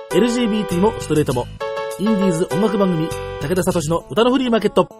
LGBT もストレートもインディーズ音楽番組武田聡の歌のフリーマーケット。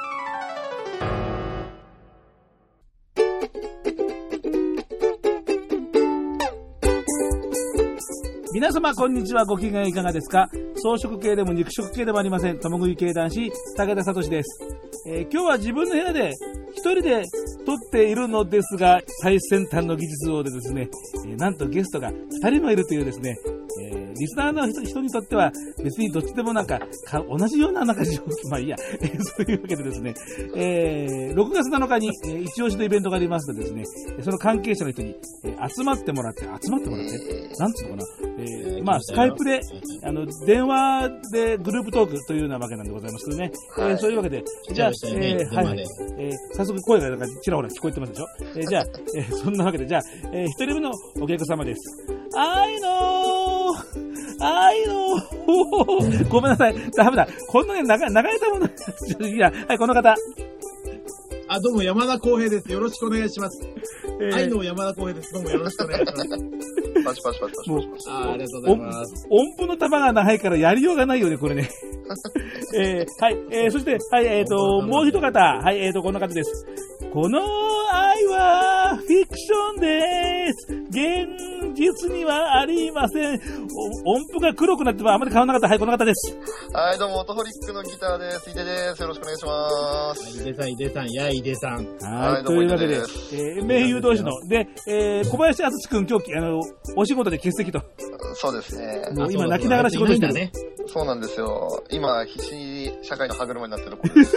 皆様こんにちは。ご機嫌いかがですか？草食系でも肉食系でもありません。共食い系男子武田聡です。今日は自分の部屋で一人で撮っているのですが、最先端の技術をでですね、なんとゲストが2人もいるというですね、リスナーの人にとっては別にどっちでも同じようなまあいいや、そういうわけでですね、6月7日に、一押しのイベントがありますのでですね、その関係者の人に、集まってもらって、なんつうのかな、まあスカイプで電話でグループトークというようなわけなんでございますけどね、そういうわけで、じゃあ、早速声がちらほら聞こえてますでしょ。じゃあ、そんなわけで、じゃあ、一人目のお客様です。ごめんなさい。ダメだ。こんなに長いたもの。いや、はい、この方。 どうも、山田康平です。よろしくお願いします。愛の山田康平です。どうもよろしくお願いします。 パチパチ。 ありがとうございます。 音符の玉が長いからやりようがないよね、これね。はい、そして、はい、もう一方、はい、こんな方です。この愛はフィクションです。現実にはありません。音符が黒くなってもあまり変わらなかった。はい、この方です。 はい、どうも、オトホリックのギターです。井出です。よろしくお願いします。 井出さん、井出さん。 はい、というわけで、名優同士の、で、小林敦君、今日、お仕事で欠席と。 そうですね。 今、泣きながら仕事してるね。 そうなんですよ。今、必死に社会の歯車になってる子です。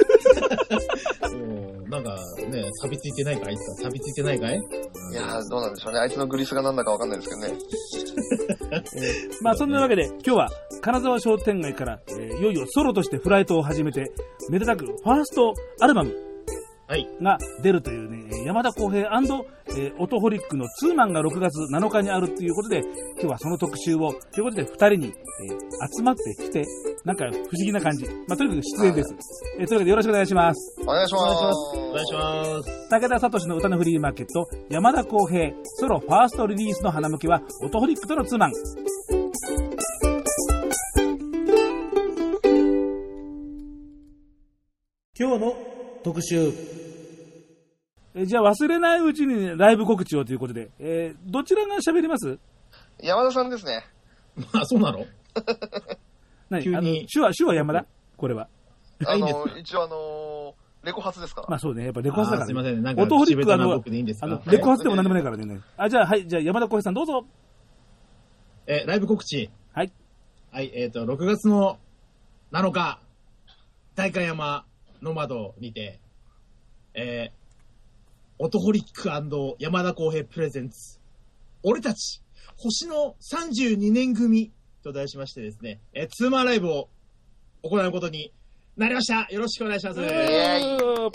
なんかね、錆びついてないかい？錆びついてないかい？ いやー、どうなんでしょうね。あいつのグリスがなんだかわかんないですけどね。 まあそんなわけで、今日は金沢商店街から、いよいよソロとしてフライトを始めて、めでたくファーストアルバムが出るというね、山田康平&オトホリックのツーマンが6月7日にあるということで、今日はその特集をということで2人に、集まってきて、なんか不思議な感じ。まあとにかく出演です。というわけでよろしくお願いします。 お願いします。 お願いします。 武田聡の歌のフリーマーケット、山田康平ソロファーストリリースの花向きはオトホリックとのツーマン。今日の特集。じゃあ忘れないうちにライブ告知をということで、どちらが喋ります？ 山田さんですね。 そうなの？ 何？手話山田？これは。 一応レコ発ですから。 まあそうね、やっぱレコ発だから、ね。 すいません、なんかオトホリックレコ発でも何でもないからね。じゃあ山田浩平さんどうぞ。 ライブ告知。 はい。 はい、6月の7日、代官山の窓にて、オトホリック&山田康平プレゼンツ、俺たち、星の32年組と題しましてですね、ツーマンライブを行うことになりました。よろしくお願いします。よろしくお願いします。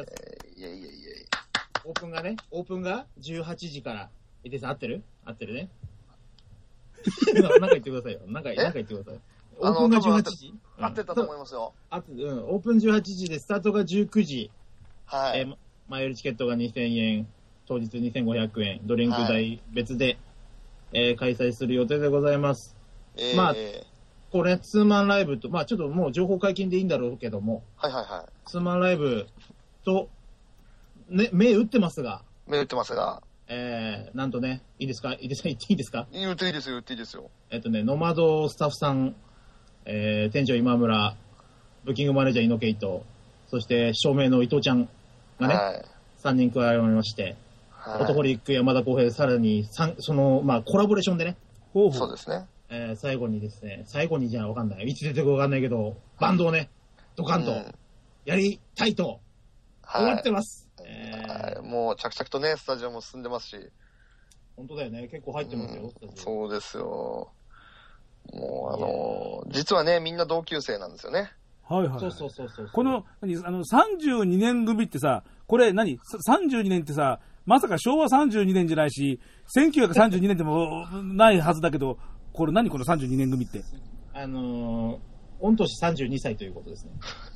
オープンが18時から、井出さん合ってるね。なんか言ってくださいよ。なんか言ってください。オープンが18時？ 合ってたと思いますよ。 オープン18時で、スタートが19時。 はい。 前売りチケットが2000円、当日2500円、ドリンク代別で、開催する予定でございます。まあ、これ、ツーマンライブと、まあちょっともう情報解禁でいいんだろうけども、ツーマンライブと、ね、目打ってますが、なんとね、いいですか？井出さん言っていいですか？ 言っていいですよ。 ノマドスタッフさん、店長今村、ブッキングマネージャー猪木と、そして照明の伊藤ちゃんがね、3人加わりまして、オトホリック山田康平、さらにまあコラボレーションでね、 そうですね。 最後にじゃあわかんない。いつ出てくるかわかんないけど、バンドをね、ドカンとやりたいと思ってます。 もう着々とね、スタジオも進んでますし。 本当だよね。結構入ってますよ。 そうですよ。もう実はね、みんな同級生なんですよね。 はいはい。 そう。 この、32年組ってさ、これ32年ってさ、まさか昭和32年じゃないし、1932年でもないはずだけど、これこの32年組って。 御年32歳ということですね。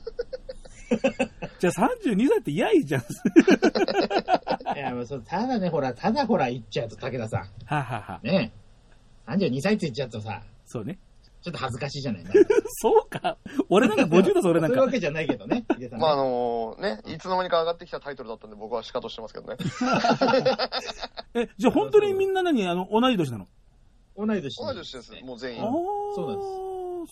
じゃあ32歳って嫌いじゃん。 いや、ただほら言っちゃうと、武田さん。ねえ。32歳って言っちゃうとさ、 そうね。 ちょっと恥ずかしいじゃない。 そうか。俺なんか50だぞ、俺なんか。 そういうわけじゃないけどね。 まあいつの間にか上がってきたタイトルだったんで僕はシカトしてますけどね。 じゃあ本当にみんな同い年なの？ 同い年です。 もう全員。 そうなんです。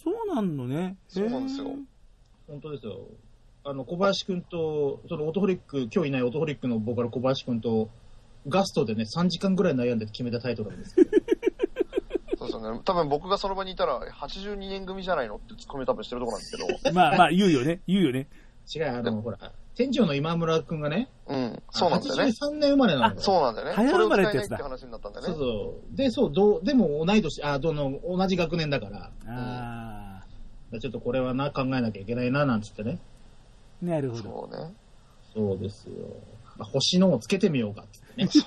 そうなんのね。 そうなんですよ。 本当ですよ。小林くんと、そのオトホリック、今日いないオトホリックのボーカル小林くんと、ガストでね、3時間ぐらい悩んで決めたタイトルなんですけど。 そうですよね。多分僕がその場にいたら、82年組じゃないのってツッコミ多分してるところなんですけど。 まあ、言うよね。言うよね。 違う、ほら、店長の今村くんがね。 うん、そうなんだよね。 83年生まれなのよ。 そうなんだよね。 早生まれってやつだ。 それを使えないって話になったんだよね。そう。でも同い年、同じ学年だから。ちょっとこれは考えなきゃいけないな、なんつってね。 なるほど。 そうね。 そうですよ。星のをつけてみようかってね。 そう。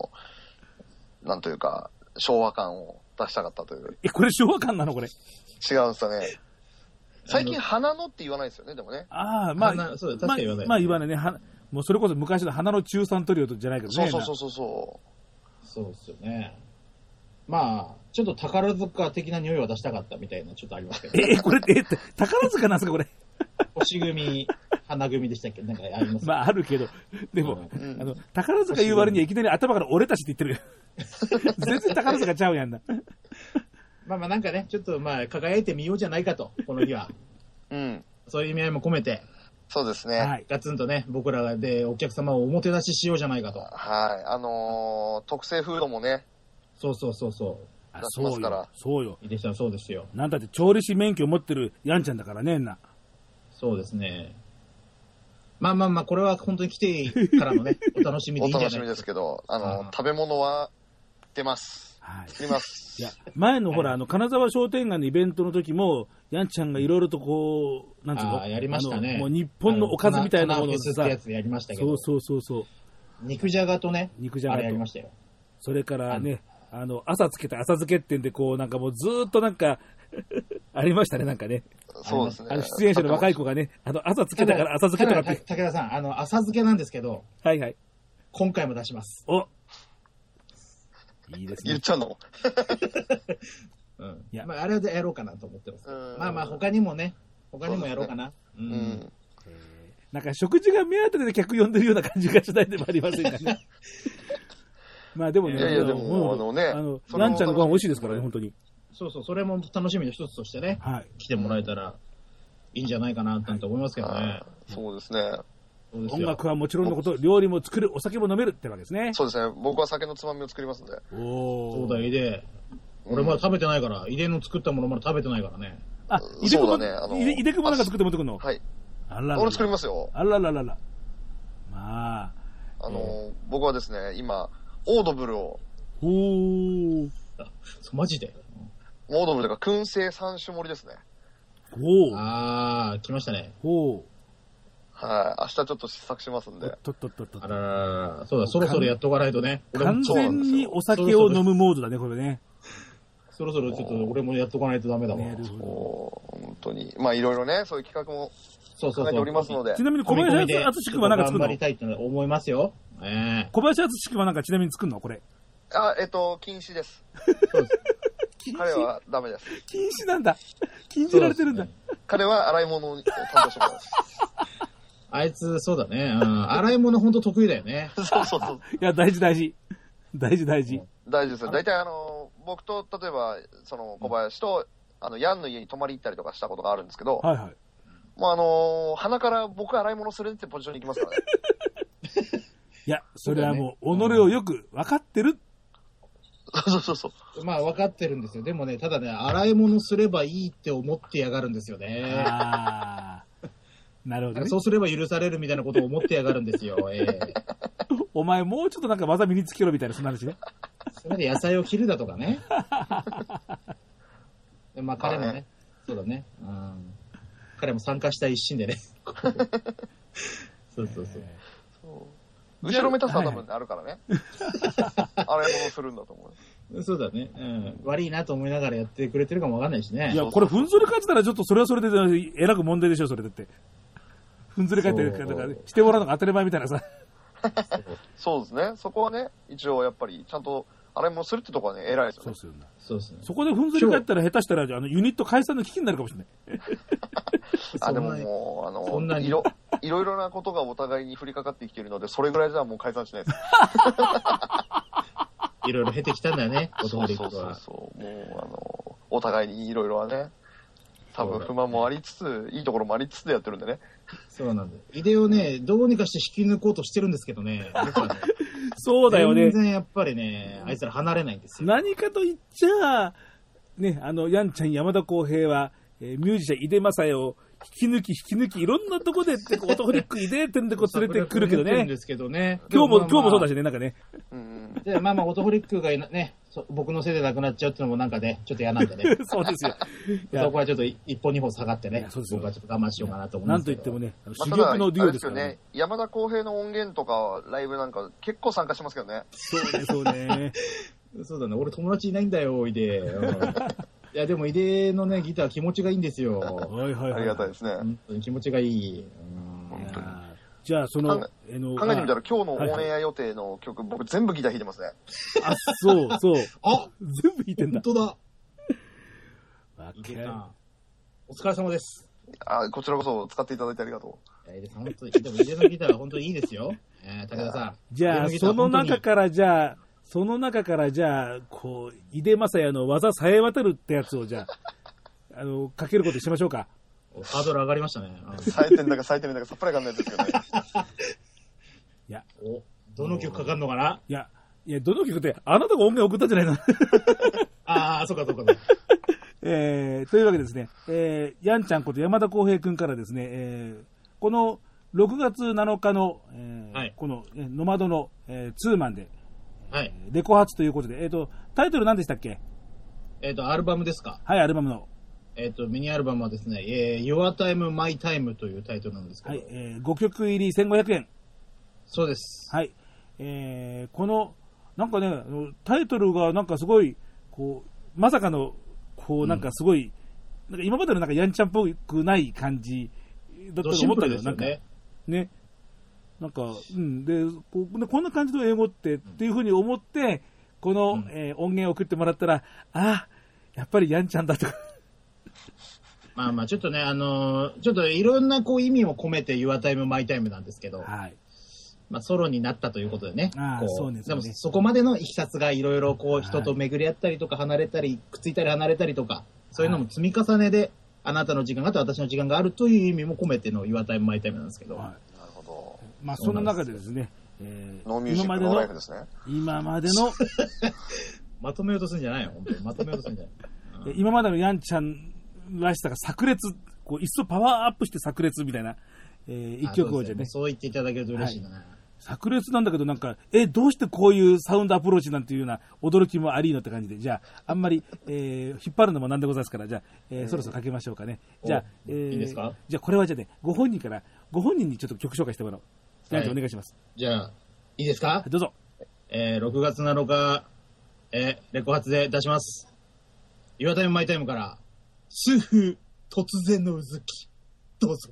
なんというか、昭和感を出したかったという。 これ昭和感なのこれ。 違うんですよね。最近、花のって言わないですよね、でもね。 そう確かに言わない。 まあ言わないね。もうそれこそ昔の花の中3トリオじゃないけどね。 そう。 そうですよね。まあ、ちょっと宝塚的な匂いを出したかったみたいな、ちょっとありますけど。 これ、宝塚なんすか、これ。 星組、花組でしたっけ？なんかあります。 まあ、あるけど、でも、宝塚言う割にはいきなり頭から俺たちって言ってる。全然宝塚ちゃうやんな。 まあなんかね、ちょっと輝いてみようじゃないかと、この日は。 うん。 そういう意味合いも込めて。 そうですね。 はい。ガツンとね、僕らでお客様をおもてなししようじゃないかと。 はい。特製フードもね。 そう。 そうよ。 いいでした、そうですよ。 なんだって調理師免許を持ってるやんちゃんだからね、 そうですね。まあ、これは本当に来てからのね、お楽しみでいいんじゃないお楽しみですけど、食べ物は出ます。 はい。 出ます。 いや、前のほら、金沢商店街のイベントの時も、やんちゃんがいろいろとこう、なんつうの？ やりましたね。 もう日本のおかずみたいなものをさ、やつやりましたけど。 そう。 肉じゃがとね、あれやりましたよ。 それからね、朝つけた浅漬けってんで、こう、なんかもうずーっとなんか、ありましたね、なんかね。 そうですね。 出演者の若い子がね、朝つけたから浅漬けとかって。 武田さん、浅漬けなんですけど、 はい。 今回も出します。 お、いいですね。 言っちゃうの？ うん。いや、あれでやろうかなと思ってます。まあ、他にもやろうかな。うん。 なんか食事が目当てで客呼んでるような感じがしないでもありませんかね。まあでもね、 でもやんちゃんのご飯美味しいですからね、本当に。 そう、それも楽しみの一つとしてね、来てもらえたらいいんじゃないかなと思いますけどね。 そうですね。 音楽はもちろんのこと、料理も作る、お酒も飲めるってわけですね。 そうですね。僕は酒のつまみを作りますんで。 そうだ、井出。俺まだ食べてないから、井出の作ったものまだ食べてないからね。 そうだね。 井出くんもなんか作って持ってくんの？ はい。俺作りますよ。 あら。まあ。 僕はですね、今、オードブルを。 マジで？ オードブルというか、燻製3種盛りですね。 来ましたね。 はい。明日ちょっと試作しますんで。 あら、そうだ、そろそろやっとかないとね。 完全にお酒を飲むモードだね、これね。 そろそろちょっと俺もやっとかないとダメだわ。 本当に。まあいろいろね、そういう企画も考えておりますので。 ちなみに小林敦君はなんか作るの？ 頑張りたいと思いますよ。 小林敦君はなんかちなみに作るのこれ？ 禁止です。彼はダメです。 禁止なんだ。禁じられてるんだ。 彼は洗い物を担当してます。 あいつ、そうだね。洗い物ほんと得意だよね。 そう。 いや、大事。大事ですよ。大体僕と、例えば、その小林と、ヤンの家に泊まり行ったりとかしたことがあるんですけど、もう鼻から僕洗い物するってポジションに行きますからね。 いや、それはもう、己をよく分かってる。 そう。 まあ分かってるんですよ。でもね、ただね、洗い物すればいいって思ってやがるんですよね。 なるほどね。 そうすれば許されるみたいなことを思ってやがるんですよ。 お前もうちょっとなんか技身につけろみたいな、そんな話ね。 それで野菜を切るだとかね。まあ彼もね、そうだね。彼も参加した一心でね。そう。 後ろめたさ多分あるからね。洗い物するんだと思う。そうだね。悪いなと思いながらやってくれてるかもわかんないしね。 いや、これふんぞり返ってたらちょっとそれはそれでえらく問題でしょ、それだって。ふんぞり返ってるから、してもらうのが当たり前みたいなさ。 そうですね。そこはね、一応やっぱりちゃんと洗い物するってとこはね、偉いですよね。 そうですね。 そこでふんぞり返ったら下手したら、ユニット解散の危機になるかもしれない。 でももう、いろいろなことがお互いに降りかかってきているので、それぐらいじゃもう解散しないです。 いろいろ経てきたんだよね、 そう。もう、お互いにいろいろはね、多分不満もありつつ、いいところもありつつでやってるんでね。 そうなんだよ。井出をね、どうにかして引き抜こうとしてるんですけどね。僕はねそうだよね。 全然やっぱりね、あいつら離れないんですよ。 何かと言っちゃ、ね、やんちゃん山田康平は、ミュージシャン井出正也を引き抜き、いろんなとこで、オートフリック井出店でこう連れてくるけどね。今日もそうだしね、なんかね。 で、オートフリックがね、僕のせいでなくなっちゃうっていうのもなんかね、ちょっと嫌なんでね。 そうですよ。 そこはちょっと一歩二歩下がってね、僕はちょっと我慢しようかなと思うんですけど。 なんといってもね、珠玉のデュオですからね。 山田康平の音源とかライブなんか結構参加してますけどね。 そうね。 そうだね、俺友達いないんだよ、井出。いや、でも井出のね、ギター気持ちがいいんですよ。 ありがたいですね。 本当に気持ちがいい。 本当に。 じゃあ、考えてみたら今日のオンエア予定の曲、僕全部ギター弾いてますね。 あ、そう。 あ、 全部弾いてんだ。 本当だ。 井出さん。 お疲れ様です。 こちらこそ使っていただいてありがとう。井出さん、本当に、でも井出のギターは本当にいいですよ。武田さん。 じゃあ、その中からじゃあ、こう、井出正也の技さえ渡るってやつをじゃあ、かけることにしましょうか。 ハードル上がりましたね。 冴えてんだか冴えてないんだかさっぱりわかんないですけどね。 いや、 どの曲かかるのかな？ いや、どの曲って、あなたが音源送ったんじゃないのそうか。 というわけでですね、やんちゃんこと山田康平くんからですね、この6月7日の、この、ノマドの、ツーマンで、レコ発ということで、タイトル何でしたっけ？ アルバムですか？ はい、アルバムの。 ミニアルバムはですね、Your Time, My Time というタイトルなんですけど。はい、 5曲入り1500円。 そうです。 はい。この、なんかね、タイトルがなんかすごい、こう、まさかの、こう、なんかすごい、なんか今までのなんかやんちゃんっぽくない感じだったと思ったけど、なんか、ね。なんか、で、こんな感じの英語っていうふうに思って、この、音源を送ってもらったら、やっぱりやんちゃんだと。 ちょっとね、ちょっといろんなこう意味を込めて Your Time, My Time なんですけど、 はい。 ソロになったということでね。 そうですね。 でもそこまでのいきさつがいろいろこう人と巡り合ったりとか離れたり、くっついたり離れたりとか、そういうのも積み重ねで、あなたの時間があって私の時間があるという意味も込めての Your Time, My Time なんですけど。 なるほど。 その中でですね、 ノーミュージックノーライフですね。 今までのまとめようとするんじゃないよ、本当に。まとめようとするんじゃない。 今までのやんちゃんらしさが炸裂、こう一層パワーアップして炸裂みたいな、一曲をじゃね。 そう言っていただけると嬉しいな。 炸裂なんだけどなんか、どうしてこういうサウンドアプローチなんていうような驚きもありのって感じで、じゃあ、あんまり、引っ張るのもなんでございますから、じゃあ、そろそろかけましょうかね。じゃあ、 いいですか？ じゃあこれはじゃあね、ご本人にちょっと曲紹介してもらおう。じゃあ、お願いします。 じゃあ、いいですか？ どうぞ。 6月7日、レコ発で出します。Your Time, My Time から、数風突然のうずき。どうぞ。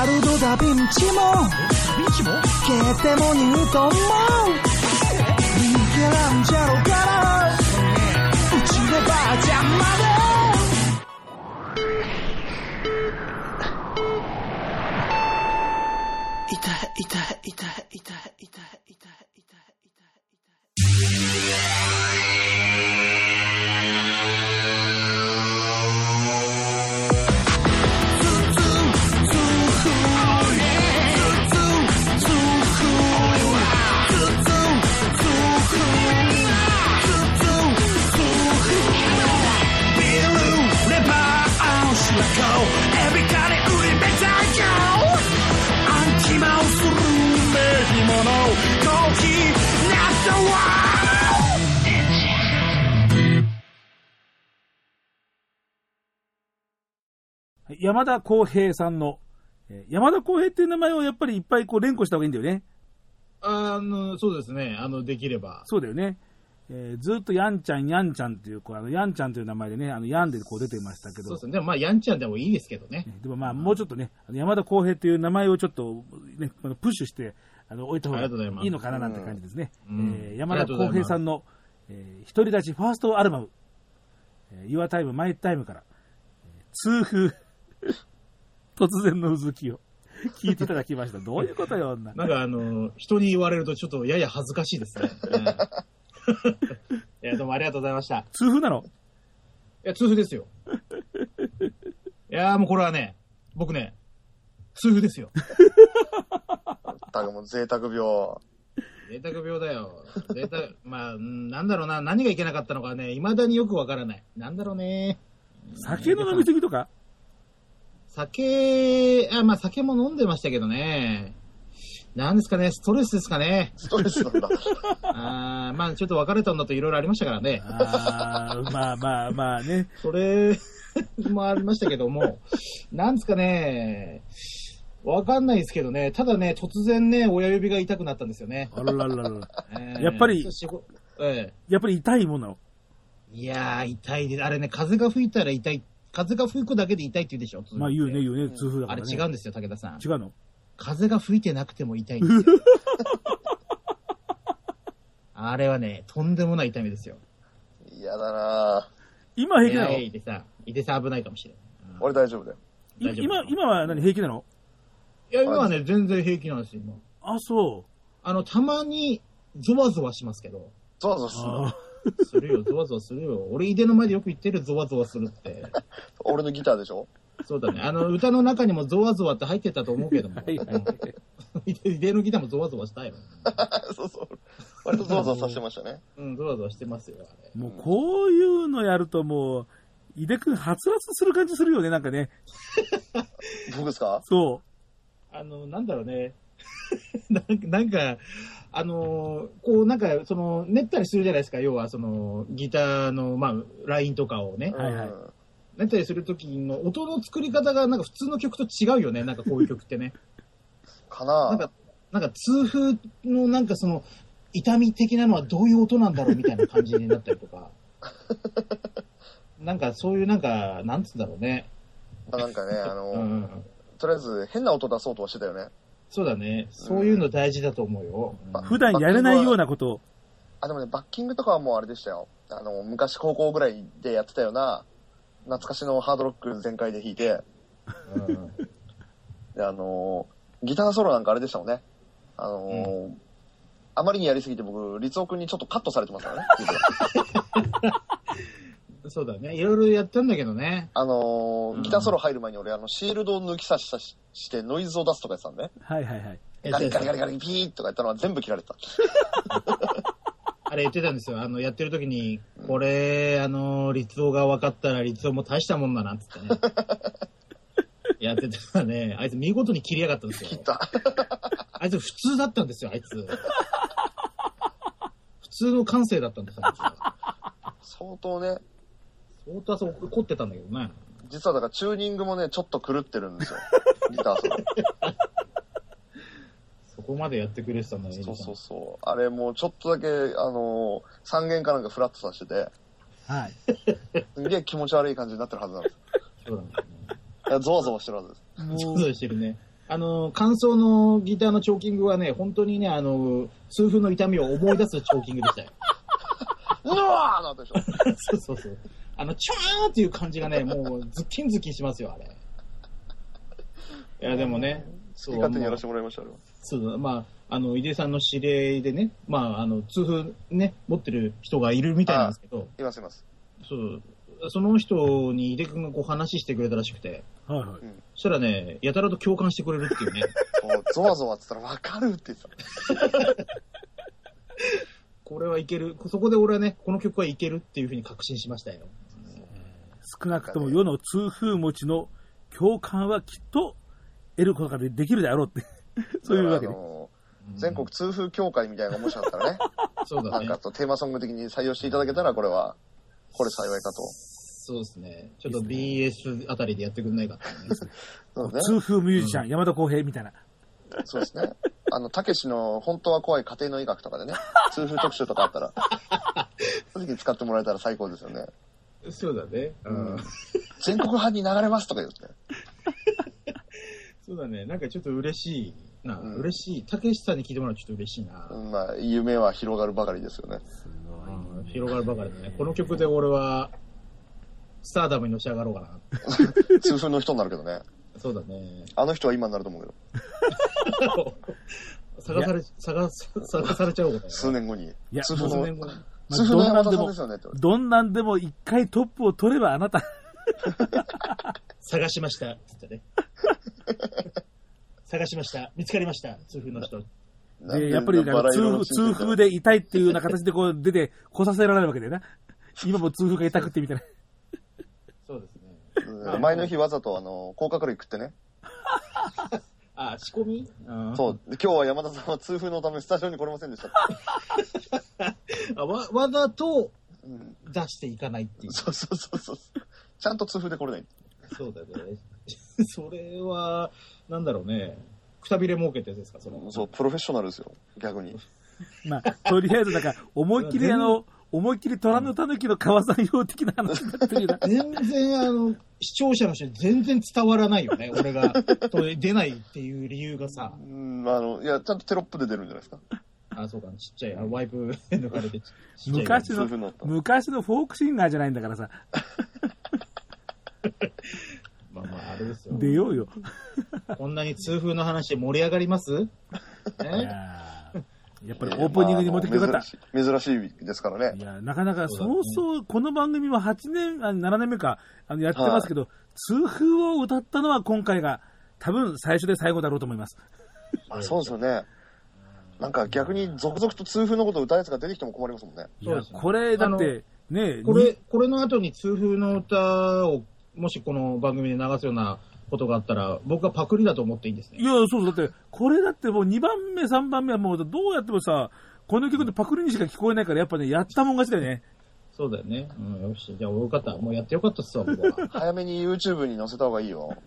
Ricardo Da Vinci もゲテモニュートンもミケランジェロからうちのばあちゃんまで山田康平さんの、山田康平っていう名前をやっぱりいっぱいこう連呼した方がいいんだよね。 そうですね。できれば。 そうだよね。ずっとヤンちゃん、ヤンちゃんっていう、ヤンちゃんという名前でね、ヤンでこう出てましたけど。 そうですね。でもまあ、ヤンちゃんでもいいですけどね。 でもまあ、もうちょっとね、山田康平っていう名前をちょっとね、プッシュして、置いた方がいいのかななんて感じですね。山田康平さんの、独り立ちファーストアルバム、Your Time, My Time から、痛風、突然のうずきを聞いていただきました。どういうことよ、 なんか人に言われるとちょっとやや恥ずかしいですね。いや、どうもありがとうございました。 痛風なの？ いや、痛風ですよ。いや、もうこれはね、僕ね、痛風ですよ。 だからもう贅沢病。 贅沢病だよ。まあ、なんだろうな、何がいけなかったのかね、未だによくわからない。なんだろうね。 酒の飲みすぎとか？ まあ酒も飲んでましたけどね。なんですかね、ストレスですかね。 ストレスなんだ。 まあちょっと別れたんだといろいろありましたからね。 まあね。 それもありましたけども、なんですかね、わかんないですけどね、ただね、突然ね、親指が痛くなったんですよね。 あらららら。やっぱり痛いもんなの？ いやー、痛いで、あれね、風が吹いたら痛い。風が吹くだけで痛いって言うでしょ。 まあ言うね、痛風だからね。 あれ違うんですよ、武田さん。 違うの？ 風が吹いてなくても痛いんですよ。あれはね、とんでもない痛みですよ。 嫌だなぁ。 今平気なの？ 井出さん危ないかもしれん。 俺大丈夫だよ。 今は何平気なの？ いや、今はね、全然平気なんですよ、今。 あ、そう。 たまに、ゾワゾワしますけど。 ゾワゾワするの？ するよ、ゾワゾワするよ。俺、井出の前でよく言ってる、ゾワゾワするって。 俺のギターでしょ？ そうだね。歌の中にもゾワゾワって入ってたと思うけども。井出のギターもゾワゾワしたよ。 そうそう。割とゾワゾワさせてましたね。 ゾワゾワしてますよ、あれ。 もう、こういうのやるともう、井出くん、はつらつする感じするよね、なんかね。 僕ですか？ そう。 なんだろうね。なんか、こう、なんか、練ったりするじゃないですか。要は、ギターの、まあ、ラインとかをね。 はいはい。 練ったりするときの音の作り方が、なんか普通の曲と違うよね。なんかこういう曲ってね。 かなぁ。 なんか痛風の、なんか痛み的なのはどういう音なんだろうみたいな感じになったりとか。なんかそういう、なんか、なんつうんだろうね。 なんかね、とりあえず変な音出そうとはしてたよね。 そうだね。そういうの大事だと思うよ。 普段やれないようなことを。 でもね、バッキングとかはもうあれでしたよ。昔高校ぐらいでやってたような、懐かしのハードロック全開で弾いて、でギターソロなんかあれでしたもんね。あまりにやりすぎて僕、立夫くんにちょっとカットされてますからね。 そうだね。いろいろやったんだけどね。 ギターソロ入る前に俺、シールドを抜き差ししてノイズを出すとかやってたんね。 はいはいはい。 ガリガリガリガリピーとかやったのは全部切られた。 あれ言ってたんですよ。やってる時に、これ、立夫が分かったら立夫も大したもんだな、つってね。やってたらね、あいつ見事に切りやがったんですよ。 切った。 あいつ普通だったんですよ、あいつ。普通の感性だったんですよ、あいつ。 相当ね。 相当あそこ凝ってたんだけどね。 実はだからチューニングもね、ちょっと狂ってるんですよ。ギターソロ。 そこまでやってくれてたんだね。 そう。あれもうちょっとだけ、3弦かなんかフラットさせてて、 はい。 すげえ気持ち悪い感じになってるはずなんです。 そうなんだね。 ゾワゾワしてるはずです。 ゾワゾワしてるね。 感想のギターのチョーキングはね、本当にね、痛風の痛みを思い出すチョーキングでしたよ。 うわーなったでしょ。 そう。チャーンっていう感じがね、もうズッキンズキンしますよ、あれ。いや、でもね。 好き勝手にやらせてもらいました、 そうだ、まあ、井出さんの指令でね、まあ、痛風ね、持ってる人がいるみたいなんですけど。 います。 そう。その人に井出くんがこう話してくれたらしくて。 はい。 そしたらね、やたらと共感してくれるっていうね。 ゾワゾワって言ったら分かるって言ってた。 これはいける。そこで俺はね、この曲はいけるっていうふうに確信しましたよ。 少なくとも世の痛風持ちの共感はきっと得ることができるであろうって。そういうわけね。 全国痛風協会みたいなのが面白かったらね。 そうだね。 なんかテーマソング的に採用していただけたら、これ幸いかと。 そうですね。ちょっと BS あたりでやってくんないかってね。 そうね。 痛風ミュージシャン、山田康平みたいな。 そうですね。たけしの本当は怖い家庭の医学とかでね、痛風特集とかあったら、その時に使ってもらえたら最高ですよね。 そうだね。 全国版に流れますとか言って。 そうだね。なんかちょっと嬉しいな。嬉しい。たけしさんに聞いてもらうとちょっと嬉しいな。 まあ、夢は広がるばかりですよね。 広がるばかりでね。この曲で俺は、スターダムにのし上がろうかな。痛風の人になるけどね。 そうだね。 あの人は今になると思うけど。 探されちゃおうかな。 数年後に。 いや、 痛風の山田さんですよね。どんなんでも一回トップを取ればあなた。 探しました。つってね。探しました。見つかりました。痛風の人。 で、やっぱり痛風で痛いっていうような形でこう出て来させられるわけだよな。今も痛風が痛くってみたいな。 そうですね。前の日わざと甲殻類食ってね。 仕込み？ そう。今日は山田さんは痛風のためスタジオに来れませんでした。 わざと出していかないっていう。 そう。ちゃんと痛風で来れない。 そうだね。それは、なんだろうね。くたびれ儲けってやつですか、 そう、プロフェッショナルですよ、逆に。 まあ、とりあえず、思いっきり虎の狸の川さん用的な話になってるな。 全然、視聴者の人に全然伝わらないよね。俺が、出ないっていう理由がさ。 いや、ちゃんとテロップで出るんじゃないですか。 そうか、ちっちゃい、ワイプ抜かれて昔のフォークシンガーじゃないんだからさ。 まあ、あれですよ。 出ようよ。 こんなに痛風の話で盛り上がります？ やっぱりオープニングに持ってきてよかった。 珍しいですからね。 いや、なかなかこの番組は7年目か、やってますけど、痛風を歌ったのは今回が多分最初で最後だろうと思います。 そうですよね。なんか逆に続々と痛風のことを歌うやつが出てきても困りますもんね。 いや、これだってね、 これの後に痛風の歌をもしこの番組で流すようなことがあったら、僕はパクリだと思っていいんですね。 いや、そうだって、これだってもう2番目、3番目はもうどうやってもさ、この曲でパクリにしか聞こえないから、やっぱね、やったもん勝ちだよね。 そうだよね。よし、じゃあよかった。もうやってよかったっすわ、僕は。 早めに YouTube に載せた方がいいよ。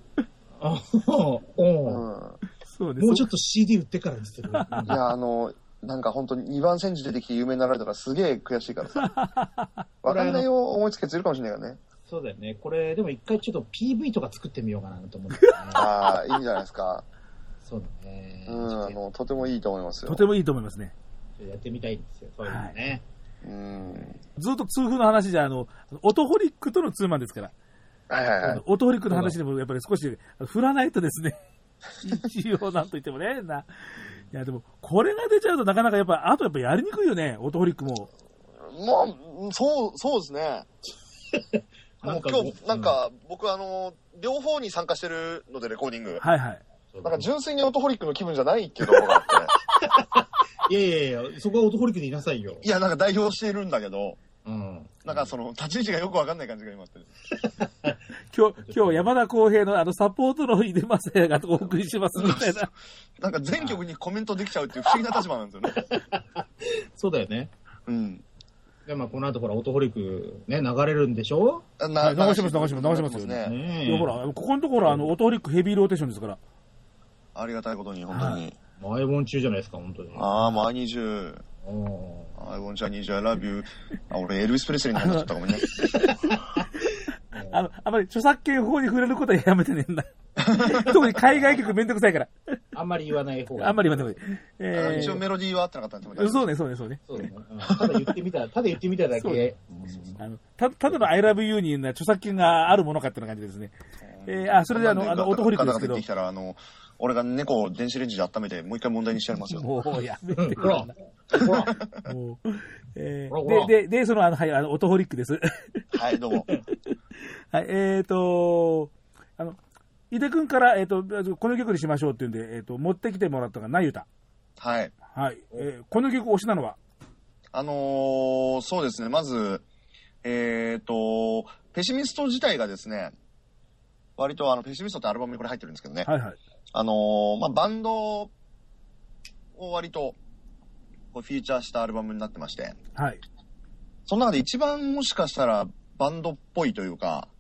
そうね。 もうちょっと CD 売ってからにする。いや、 なんか本当に2番煎じ出てきて有名になられたらすげえ悔しいからさ。わかんないよ、思いつくやついるかもしれないからね。 そうだよね。これ、でも一回ちょっと PV とか作ってみようかなと思って、 ね。いいんじゃないですか。 そうだね。 とてもいいと思いますよ。 とてもいいと思いますね。 やってみたいんですよ、そういうのね。 ずっと痛風の話じゃ、オトホリックとのツーマンですから。オトホリックの話でもやっぱり少し振らないとですね。一応なんと言ってもね。いや、でも、これが出ちゃうとなかなかやっぱやりにくいよね、オトホリックも。 まあ、そうですね。今日、なんか、僕両方に参加してるので、レコーディング。 はいはい。 なんか純粋にオトホリックの気分じゃないっていうところがあって。いや、そこはオトホリックでいなさいよ。 いや、なんか代表してるんだけど、なんか立ち位置がよくわかんない感じが今あって今日山田康平のサポートの井出正也がお送りしますみたいな。 なんか全曲にコメントできちゃうっていう不思議な立場なんですよね。 そうだよね。で、まあ、この後ほら、オトホリックね、流れるんでしょ？ 流しますよね。いや、ほら、ここのところオトホリックヘビーローテーションですから。 ありがたいことに、本当に。 マイボン中じゃないですか、本当に。 もうアイニージュー。I want you, I need you, I love you. 俺、エルビス・プレスリーになっちゃったかもね。 あまり著作権法に触れることはやめてねんだ。 特に海外曲めんどくさいから。 あんまり言わない方が。 あんまり言わない方がいい。一応メロディーはあってなかったんでそうね。ただ言ってみただけ。 ただの I love you に著作権があるものかっていう感じですね。それで音ホリックですけど。 俺が猫を電子レンジで温めてもう一回問題にしてやりますよ。 もうやめてくれ。で、その、音ホリックです。 はい、どうも。 はい、井出くんから、この曲にしましょうっていうんで、持ってきてもらったのが、なゆた。 はい。 はい。この曲推しなのはそうですね、まず、ペシミスト自体がですね、割とペシミストってアルバムにこれ入ってるんですけどね。 はいはい。 バンドを割とフィーチャーしたアルバムになってまして、 はい。 その中で一番もしかしたらバンドっぽいというか、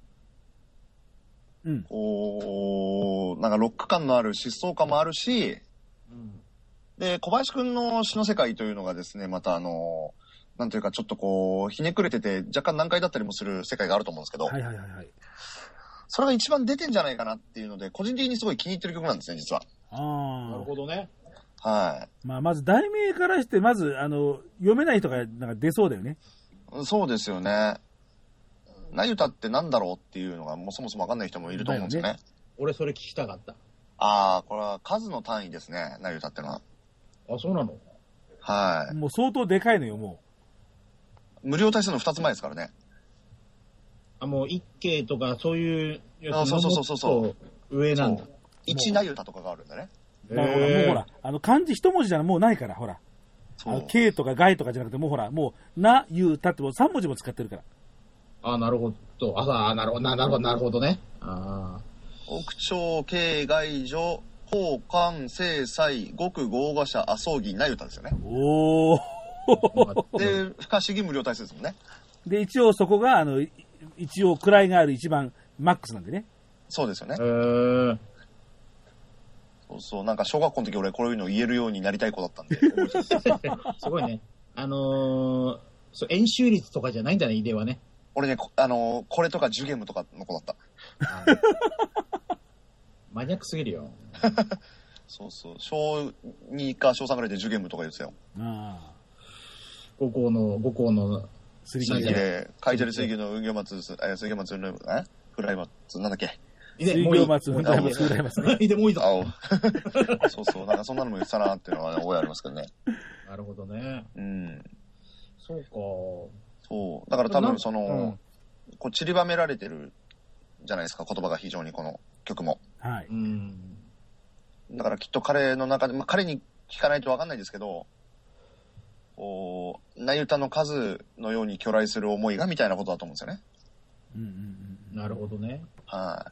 うん、 なんかロック感のある疾走感もあるし、うん、で、小林くんの詩の世界というのがですね、またなんというかちょっとひねくれてて若干難解だったりもする世界があると思うんですけど、 はいはいはいはい。 それが一番出てんじゃないかなっていうので、個人的にすごい気に入ってる曲なんですね、実は。 なるほどね。 はい。 まず題名からして、まず、読めない人がなんか出そうだよね。 そうですよね。なゆたってなんだろうっていうのが、もうそもそもわかんない人もいると思うんですよね。 俺それ聞きたかった。 これは数の単位ですね、なゆたってのは。 あ、そうなの？ はい。 もう相当でかいのよ、もう。無料対数の2つ前ですからね。 もう一景とかそういうやつのもっと上なんだ。 一なゆたとかがあるんだね。 もうほら、漢字一文字じゃもうないから、ほら。K とか外とかじゃなくて、もうほら、もう、な、ゆうたってもう3文字も使ってるから。 なるほど。なるほどね。 奥長、K、外女、宝冠、正妻、極豪華者、阿葬儀、なゆたですよね。 おー。 で、不可思議無料対数ですもんね。 で、一応そこが、一応位がある一番マックスなんでね。 そうですよね。そう、なんか小学校の時俺こういうの言えるようになりたい子だったんで。 すごいね。演習率とかじゃないんだね、井出はね。 俺ね、これとかジュゲムとかの子だった。 マニアックすぎるよ。 そう、小2か小3ぐらいでジュゲムとか言ってたよ。 5校の、 水儀で、書いてる水儀の運行松、フライマツ、なんだっけ。 水行松、フライマツね。 いでもいいぞ。 そう、なんかそんなのも言ってたなっていうのは覚えありますけどね。 なるほどね。 うん。 そうか。 そう。だから多分こう散りばめられてるじゃないですか、言葉が非常にこの曲も。 はい。 だからきっと彼の中で、彼に聞かないと分かんないですけど、なゆたの数のように巨来する思いがみたいなことだと思うんですよね。 なるほどね。 はい。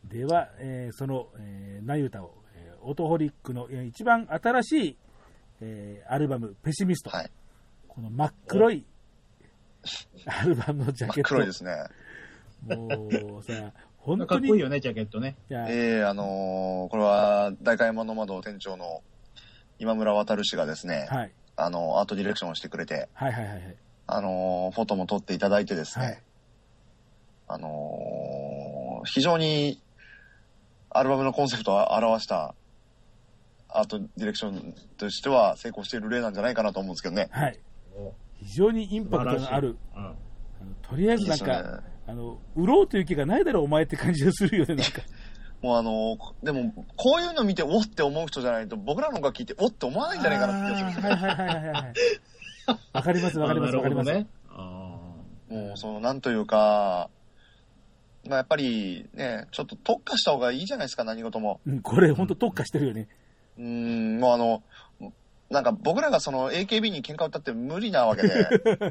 では、その、なゆたを、オトホリックの一番新しい、アルバム、ペシミスト。 はい。 この真っ黒いアルバムのジャケット。 真っ黒いですね。 もうさ、本当に。 かっこいいよね、ジャケットね。 これは、代官山の窓店長の今村航氏がですね、 はい、 アートディレクションをしてくれて、 はいはいはいはい、 フォトも撮っていただいてですね、はい、非常にアルバムのコンセプトを表したアートディレクションとしては成功している例なんじゃないかなと思うんですけどね。 はい。非常にインパクトがある。とりあえずなんか、売ろうという気がないだろうお前って感じがするよね、なんか。 もうでも、こういうの見ておって思う人じゃないと、僕らのが聞いておって思わないんじゃないかなって気がするんですよ。はい。 わかります。 ね、 もう、なんというか、やっぱりね、ちょっと特化した方がいいじゃないですか、何事も。 これ、本当特化してるよね。 もうなんか僕らがその AKB に喧嘩を打ったって無理なわけで。やっぱ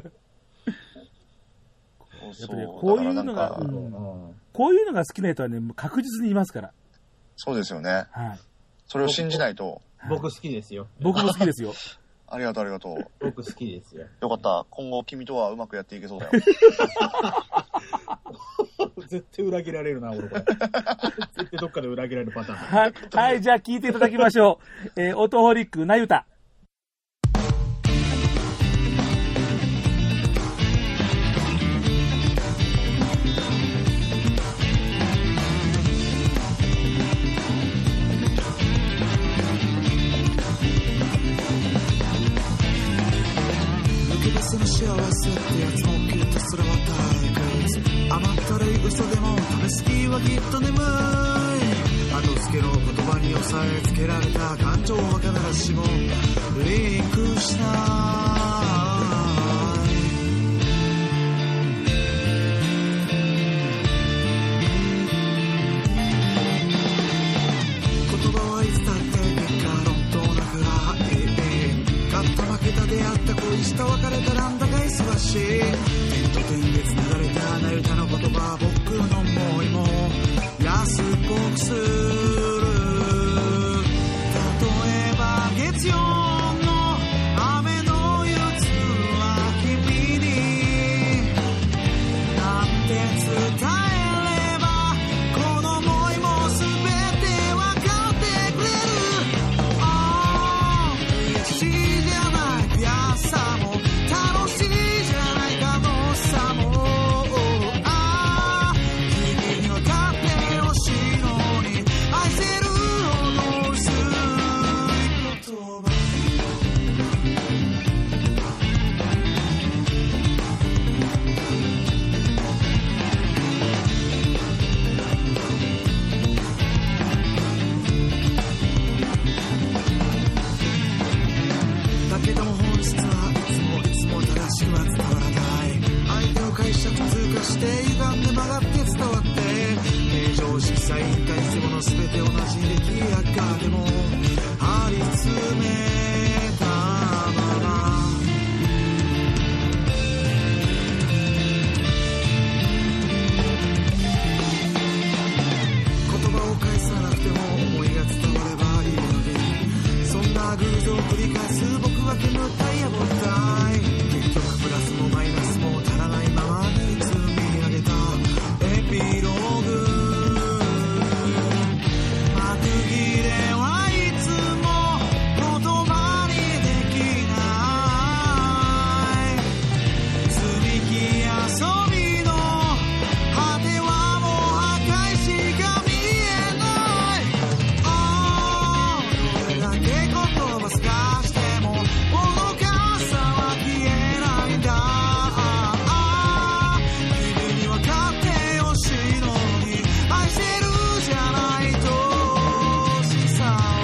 りこういうのが、こういうのが好きな人はね、確実にいますから。 そうですよね。 はい。 それを信じないと。 僕好きですよ。 僕も好きですよ。 ありがとう。 僕好きですよ。 よかった。今後君とはうまくやっていけそうだよ。 絶対裏切られるな、俺これ。絶対どっかで裏切られるパターン。 はい、じゃあ聞いていただきましょう。オトホリックなゆた。 い嘘でも試す気はきっと眠い。後付けの言葉に押さえつけられた感情は必ずしもリンクしない。言葉はいつだって結果論となく勝った負けた出会った恋した別れたなんだか忙しい。点と点で繋がれたな歌の言葉、僕の思いも安っぽくする。例えば月曜の雨の夜は君になんて伝えればこの想いも全て分かってくれる。ああ嬉しいじゃない悔しさも楽しいじゃない楽しさも、ああ君に分かってほしいのに愛せるほど薄い言葉。だけども本質はいつも正しくは伝わらない。相手を解釈通過して歪んで曲がって伝わって、平常色彩に対してもの全て同じ出来やかでも張り詰めたまま。言葉を返さなくても思いが伝わればいいのに、そんな偶像を繰り返す僕は煙たいやぼったい。結局プラスもマイナスも足らないままに積み上げたエピローグ。幕切れはいつも言葉にできない。積み木遊びの果てはもう破壊しか見えない。ああどれだけ言葉すかしても愚かさは消えないんだ。ああ君に分かってほしいのに愛せるじゃないとしさを。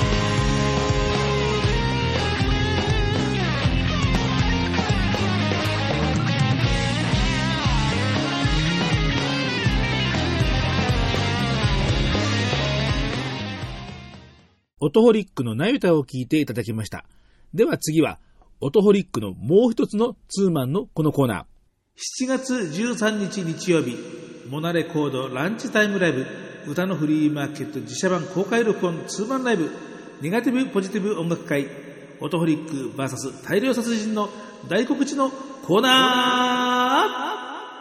オトホリックのナユタを聞いていただきました。では次は、オトホリックのもう一つのツーマンのこのコーナー。7月13日日曜日、モナレコードランチタイムライブ、歌のフリーマーケット自社版公開録音ツーマンライブ、ネガティブポジティブ音楽会、オトホリック VS 大量殺人の大告知のコーナ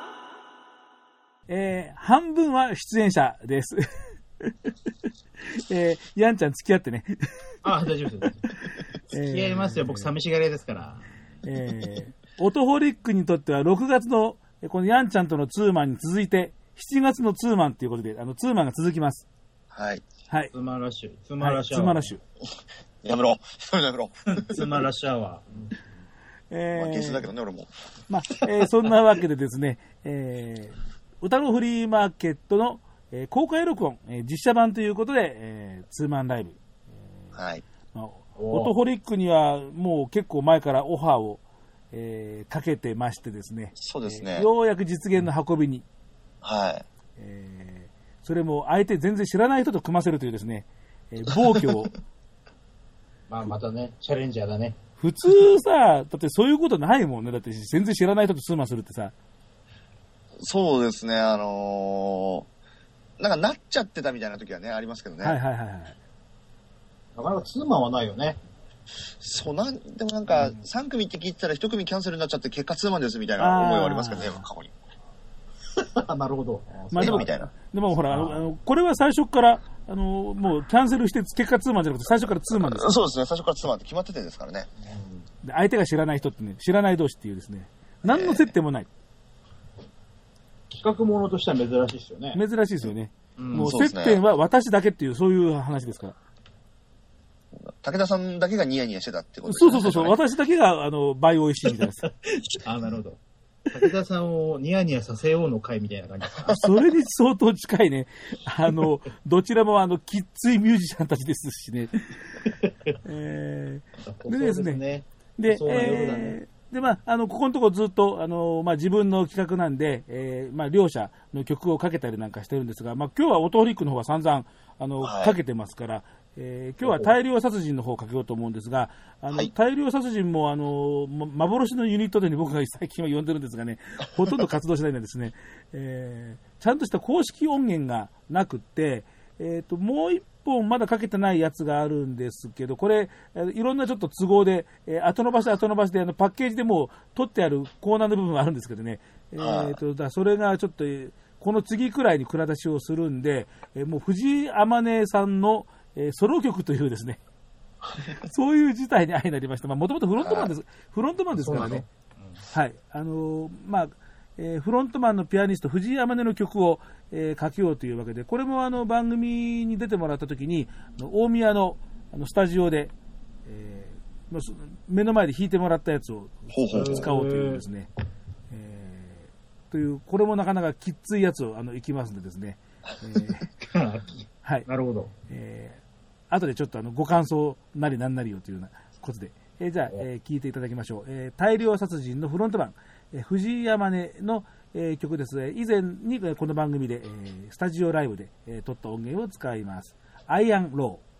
ー。半分は出演者です。ヤンちゃん付き合ってね。 あ、大丈夫です。付き合いますよ。僕寂しがり屋ですから。 オトホリックにとっては6月のこのヤンちゃんとのツーマンに続いて7月のツーマンということでツーマンが続きます。 はい。 はい。 ツーマンラッシュ。ツーマンラッシュ。 ツーマンラッシュ。 やめろ。やめろ。 ツーマンラッシュアワー。まあ、ゲスだけどね、俺も。 まあ、そんなわけでですね、歌のフリーマーケットの公開録音、実写版ということで、ツーマンライブ。 はい。 まあ、オトホリックにはもう結構前からオファーを、かけてましてですね。 そうですね。 ようやく実現の運びに。 はい。 それも相手全然知らない人と組ませるというですね、暴挙を。 まあまたね、チャレンジャーだね。 普通さ、だってそういうことないもんね。だって全然知らない人とツーマンするってさ。 そうですね、なんかなっちゃってたみたいな時はね、ありますけどね。 はいはいはいはい。 なかなかツーマンはないよね。 そうでもなんか、3組って聞いてたら1組キャンセルになっちゃって結果ツーマンですみたいな思いはありますけどね、過去に。 なるほど。 まあでも、 みたいな。 でもほら、これは最初から、もうキャンセルして結果ツーマンじゃなくて最初からツーマンです。 そうですね、最初からツーマンって決まっててですからね。 で相手が知らない人ってね、知らない同士っていうですね、何の接点もない。 企画ものとしては珍しいですよね。 珍しいですよね。もう接点は私だけっていう、そういう話ですから。 武田さんだけがニヤニヤしてたってことですね。 そう、私だけが倍美味しいみたいな。 あ、なるほど。 武田さんをニヤニヤさせようの会みたいな感じですか？ それに相当近いね。どちらもきっついミュージシャンたちですしね。でですね。で、まあ、ここのところずっと、まあ、自分の企画なんで、まあ、両者の曲をかけたりなんかしてるんですが、まあ、今日はオトフリックの方は散々、かけてますから、今日は大量殺人の方をかけようと思うんですが、大量殺人も、幻のユニットで、ね、僕が最近は呼んでるんですがね、ほとんど活動しないんですね、ちゃんとした公式音源がなくって、もう一本まだかけてないやつがあるんですけど、これ、いろんなちょっと都合で、後延ばしでパッケージでもう取ってあるコーナーの部分があるんですけどね、それがちょっと、この次くらいに蔵出しをするんで、もう藤井天音さんの、ソロ曲というですね、そういう事態に相なりました。もともとフロントマンですからね。はい。まあ、フロントマンのピアニスト藤井天音の曲を、書きようというわけで、これも番組に出てもらったときに大宮のスタジオで、目の前で弾いてもらったやつを使おうというですね、というこれもなかなかきっついやつをいきますのでですね、はい、 なるほど。 後でちょっとご感想なりなんなりよというようなことで、じゃあ、聞いていただきましょう。大量殺人のフロントマン、藤井天音の曲です。以前にこの番組でスタジオライブで撮った音源を使います。アイアンロー。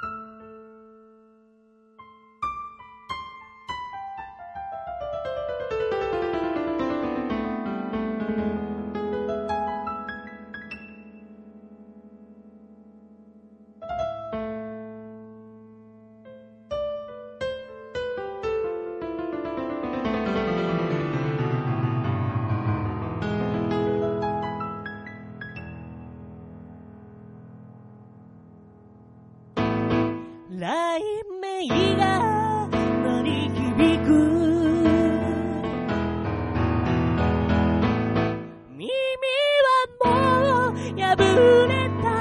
雷鳴が鳴り響く耳はもう破れた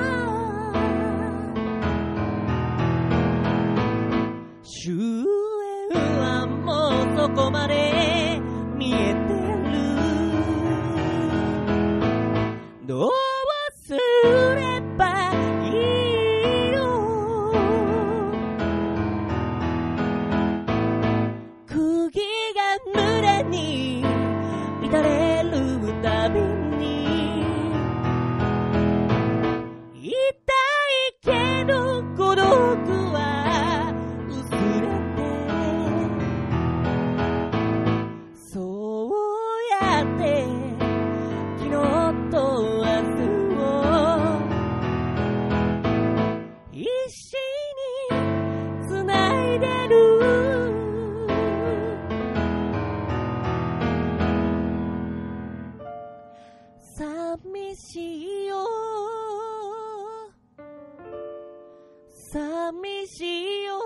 終焉はもうそこまで見えてるどうすればいいよ釘が胸に乱れるたびに痛いけど孤独は薄れてそうやって昨日と明日を必死につないでる寂しいよ寂しいよ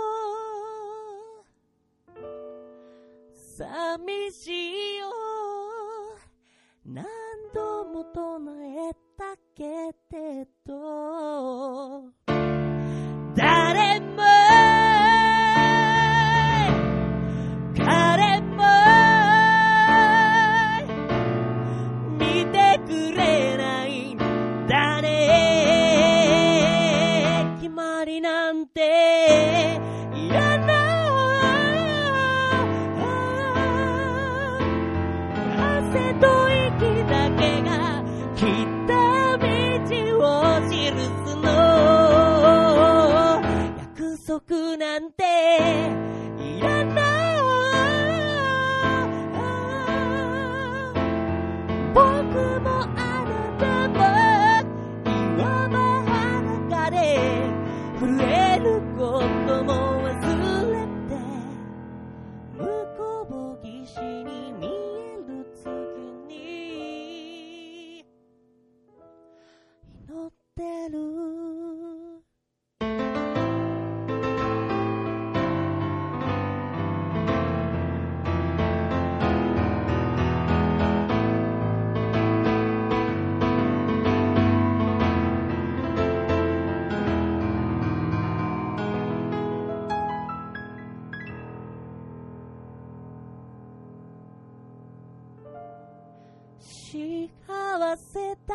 寂しいよ何度も唱えたけれど誰も彼も見てくれないんだね決まりなんていらない汗と息だけが来た道を記すの約せだ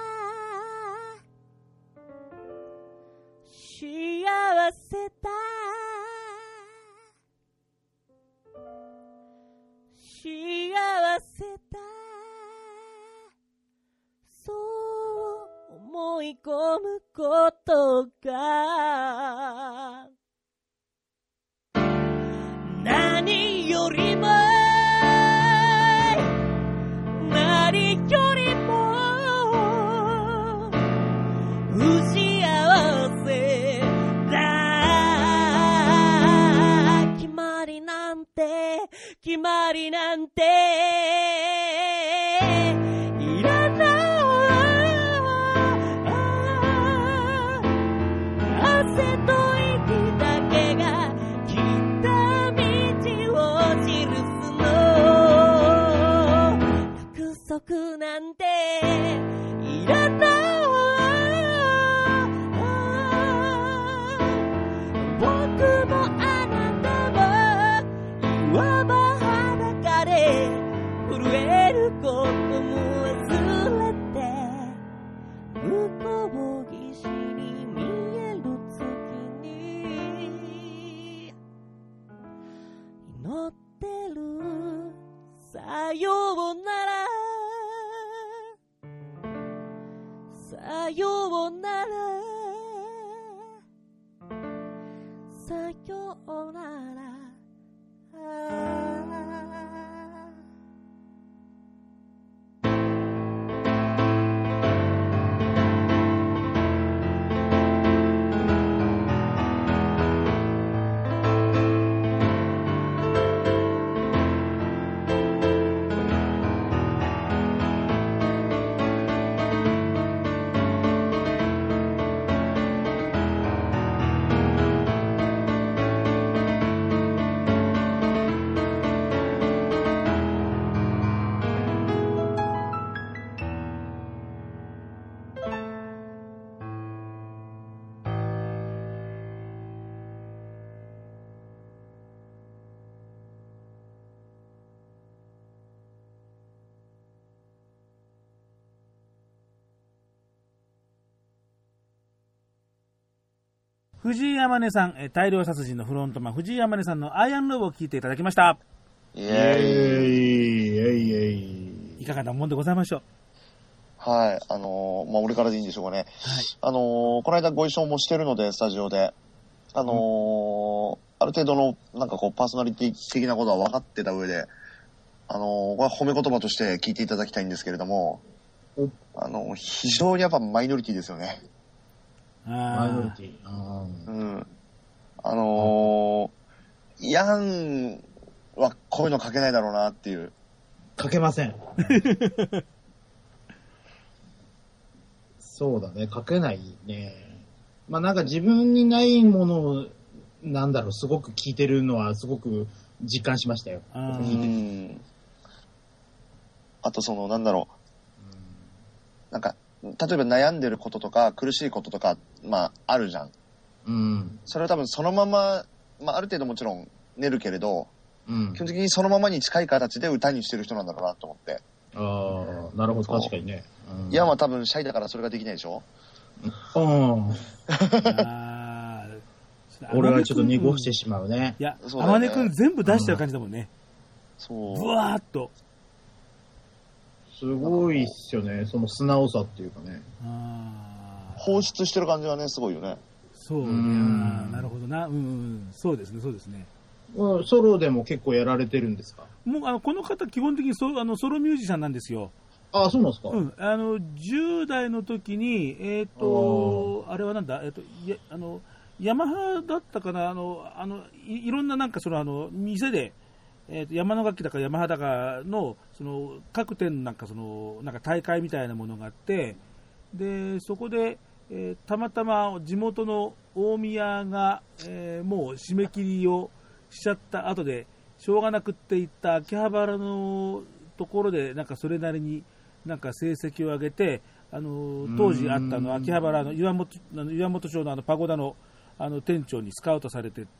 幸せだ幸せだそう思い込むことが何よりも何よりも不幸せだ決まりなんていらない汗と息だけが来た道を記すの約束なんていらない僕もあなたもいわば裸で震えることも忘れて向こう岸に見える月に祈ってるさようならさようならさようなら藤井山根さん、大量殺人のフロントマン、藤井山根さんのアイアンローブを聞いていただきました。 イエーイ。 いかがなもんでございましょう。 はい。俺からでいいんでしょうかね。はい、この間ご一緒もしてるので、スタジオで。ある程度の、なんかこう、パーソナリティ的なことは分かってた上で、これは褒め言葉として聞いていただきたいんですけれども、非常にやっぱマイノリティですよね。 マイノリティ。 ヤンはこういうの書けないだろうなっていう。 書けません。そうだね、書けないね。まあなんか自分にないものを、なんだろう、すごく聞いてるのはすごく実感しましたよ。 あとなんだろう。なんか、例えば悩んでることとか苦しいこととか、まああるじゃん。それは多分そのまま、まあある程度もちろん練るけれど、基本的にそのままに近い形で歌にしてる人なんだろうなと思って。 ああ、なるほど、確かにね。 ヤンは多分シャイだからそれができないでしょ。 俺はちょっと濁してしまうね。 いや、天音くん全部出しちゃう感じだもんね。そう。ブワーっと。 すごいっすよね、その素直さっていうかね。 放出してる感じがね、すごいよね。 そうね。なるほどな。そうですね、そうですね。 ソロでも結構やられてるんですか？ もうこの方基本的にソロミュージシャンなんですよ。 ああ、そうなんですか。 10代の時にあれはなんだヤマハだったかな、いろんななんか店で山の楽器だかヤマハだかの各店なんかなんか大会みたいなものがあって、でそこで、たまたま地元の大宮が、もう締め切りをしちゃった後でしょうがなくっていった秋葉原のところでなんかそれなりになんか成績を上げて、当時あった秋葉原の岩本町のパゴダの店長にスカウトされて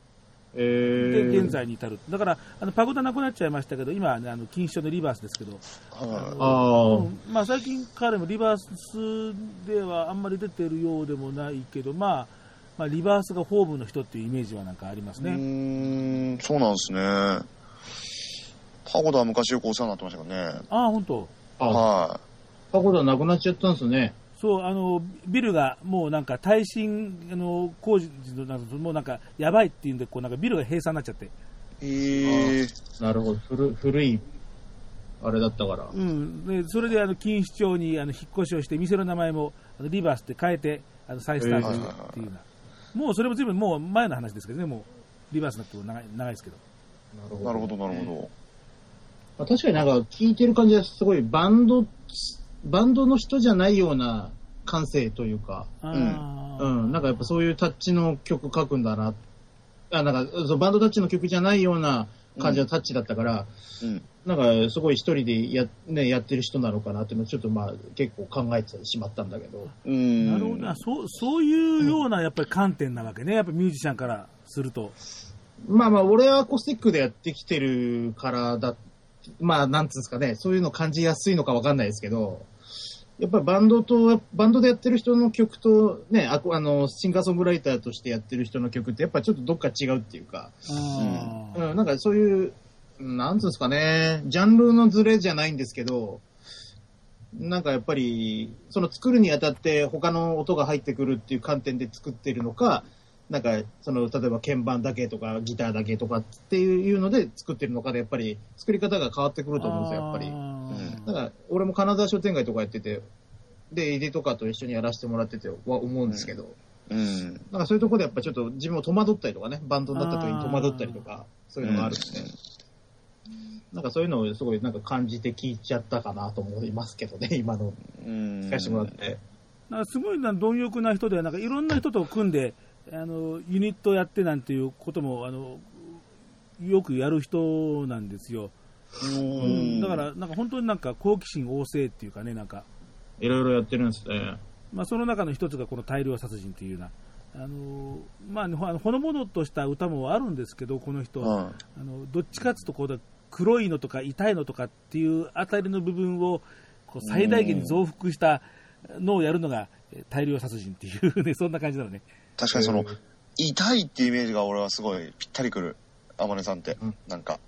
で、現在に至る。だから、パゴダなくなっちゃいましたけど、今、錦糸町のリバースですけど、まあ、最近彼もリバースではあんまり出てるようでもないけど、まあ、リバースがホームの人っていうイメージはなんかありますね。 そうなんですね。パゴダは昔よくお世話になってましたけどね。 ああ、本当。 はい。 パゴダなくなっちゃったんですね。 そう、ビルがもうなんか耐震工事のもうなんかやばいっていうんで、こうなんかビルが閉鎖になっちゃって。 なるほど。古いあれだったから。 でそれで錦糸町に引っ越しをして、店の名前もリバースって変えて再スタートしてっていうような。もうそれも随分もう前の話ですけどね、もうリバースになっても長いですけど。 なるほど。 まあ、確かになんか聞いてる感じはすごいバンドの人じゃないような感性というか、なんかやっぱそういうタッチの曲書くんだな。なんかそのバンドタッチの曲じゃないような感じのタッチだったから、なんかすごい一人でやってる人なのかなっていうのをちょっとまあ結構考えてしまったんだけど。 なるほどな。そういうようなやっぱり観点なわけね。やっぱミュージシャンからすると。 まあ俺はアコースティックでやってきてるからまあなんつうんですかね、そういうの感じやすいのかわかんないですけど、やっぱりバンドでやってる人の曲とね、シンガーソングライターとしてやってる人の曲ってやっぱちょっとどっか違うっていうか、なんかそういう、なんつうんですかね、ジャンルのズレじゃないんですけど、なんかやっぱり、その作るにあたって他の音が入ってくるっていう観点で作ってるのか、なんか、例えば鍵盤だけとかギターだけとかっていうので作ってるのかで、やっぱり作り方が変わってくると思うんですよ、やっぱり。だから、俺も金沢商店街とかやってて、で、井出とかと一緒にやらせてもらってては思うんですけど、なんかそういうところでやっぱちょっと自分も戸惑ったりとかね、バンドになった時に戸惑ったりとか、そういうのがあるんで、なんかそういうのをすごいなんか感じて聞いちゃったかなと思いますけどね、今の聞かせてもらって。 なんかすごい貪欲な人で、なんかいろんな人と組んで、ユニットやってなんていうこともよくやる人なんですよ。だからなんか本当になんか好奇心旺盛っていうかね、なんかいろいろやってるんですね。 まあその中の一つがこの大量殺人というようなまあほのぼのとした歌もあるんですけど、この人はどっちかっていうとこう黒いのとか痛いのとかっていうあたりの部分をこう最大限に増幅したのをやるのが大量殺人っていうね、そんな感じなのね。 確かに痛いってイメージが俺はすごいぴったりくる、天音さんって、なんか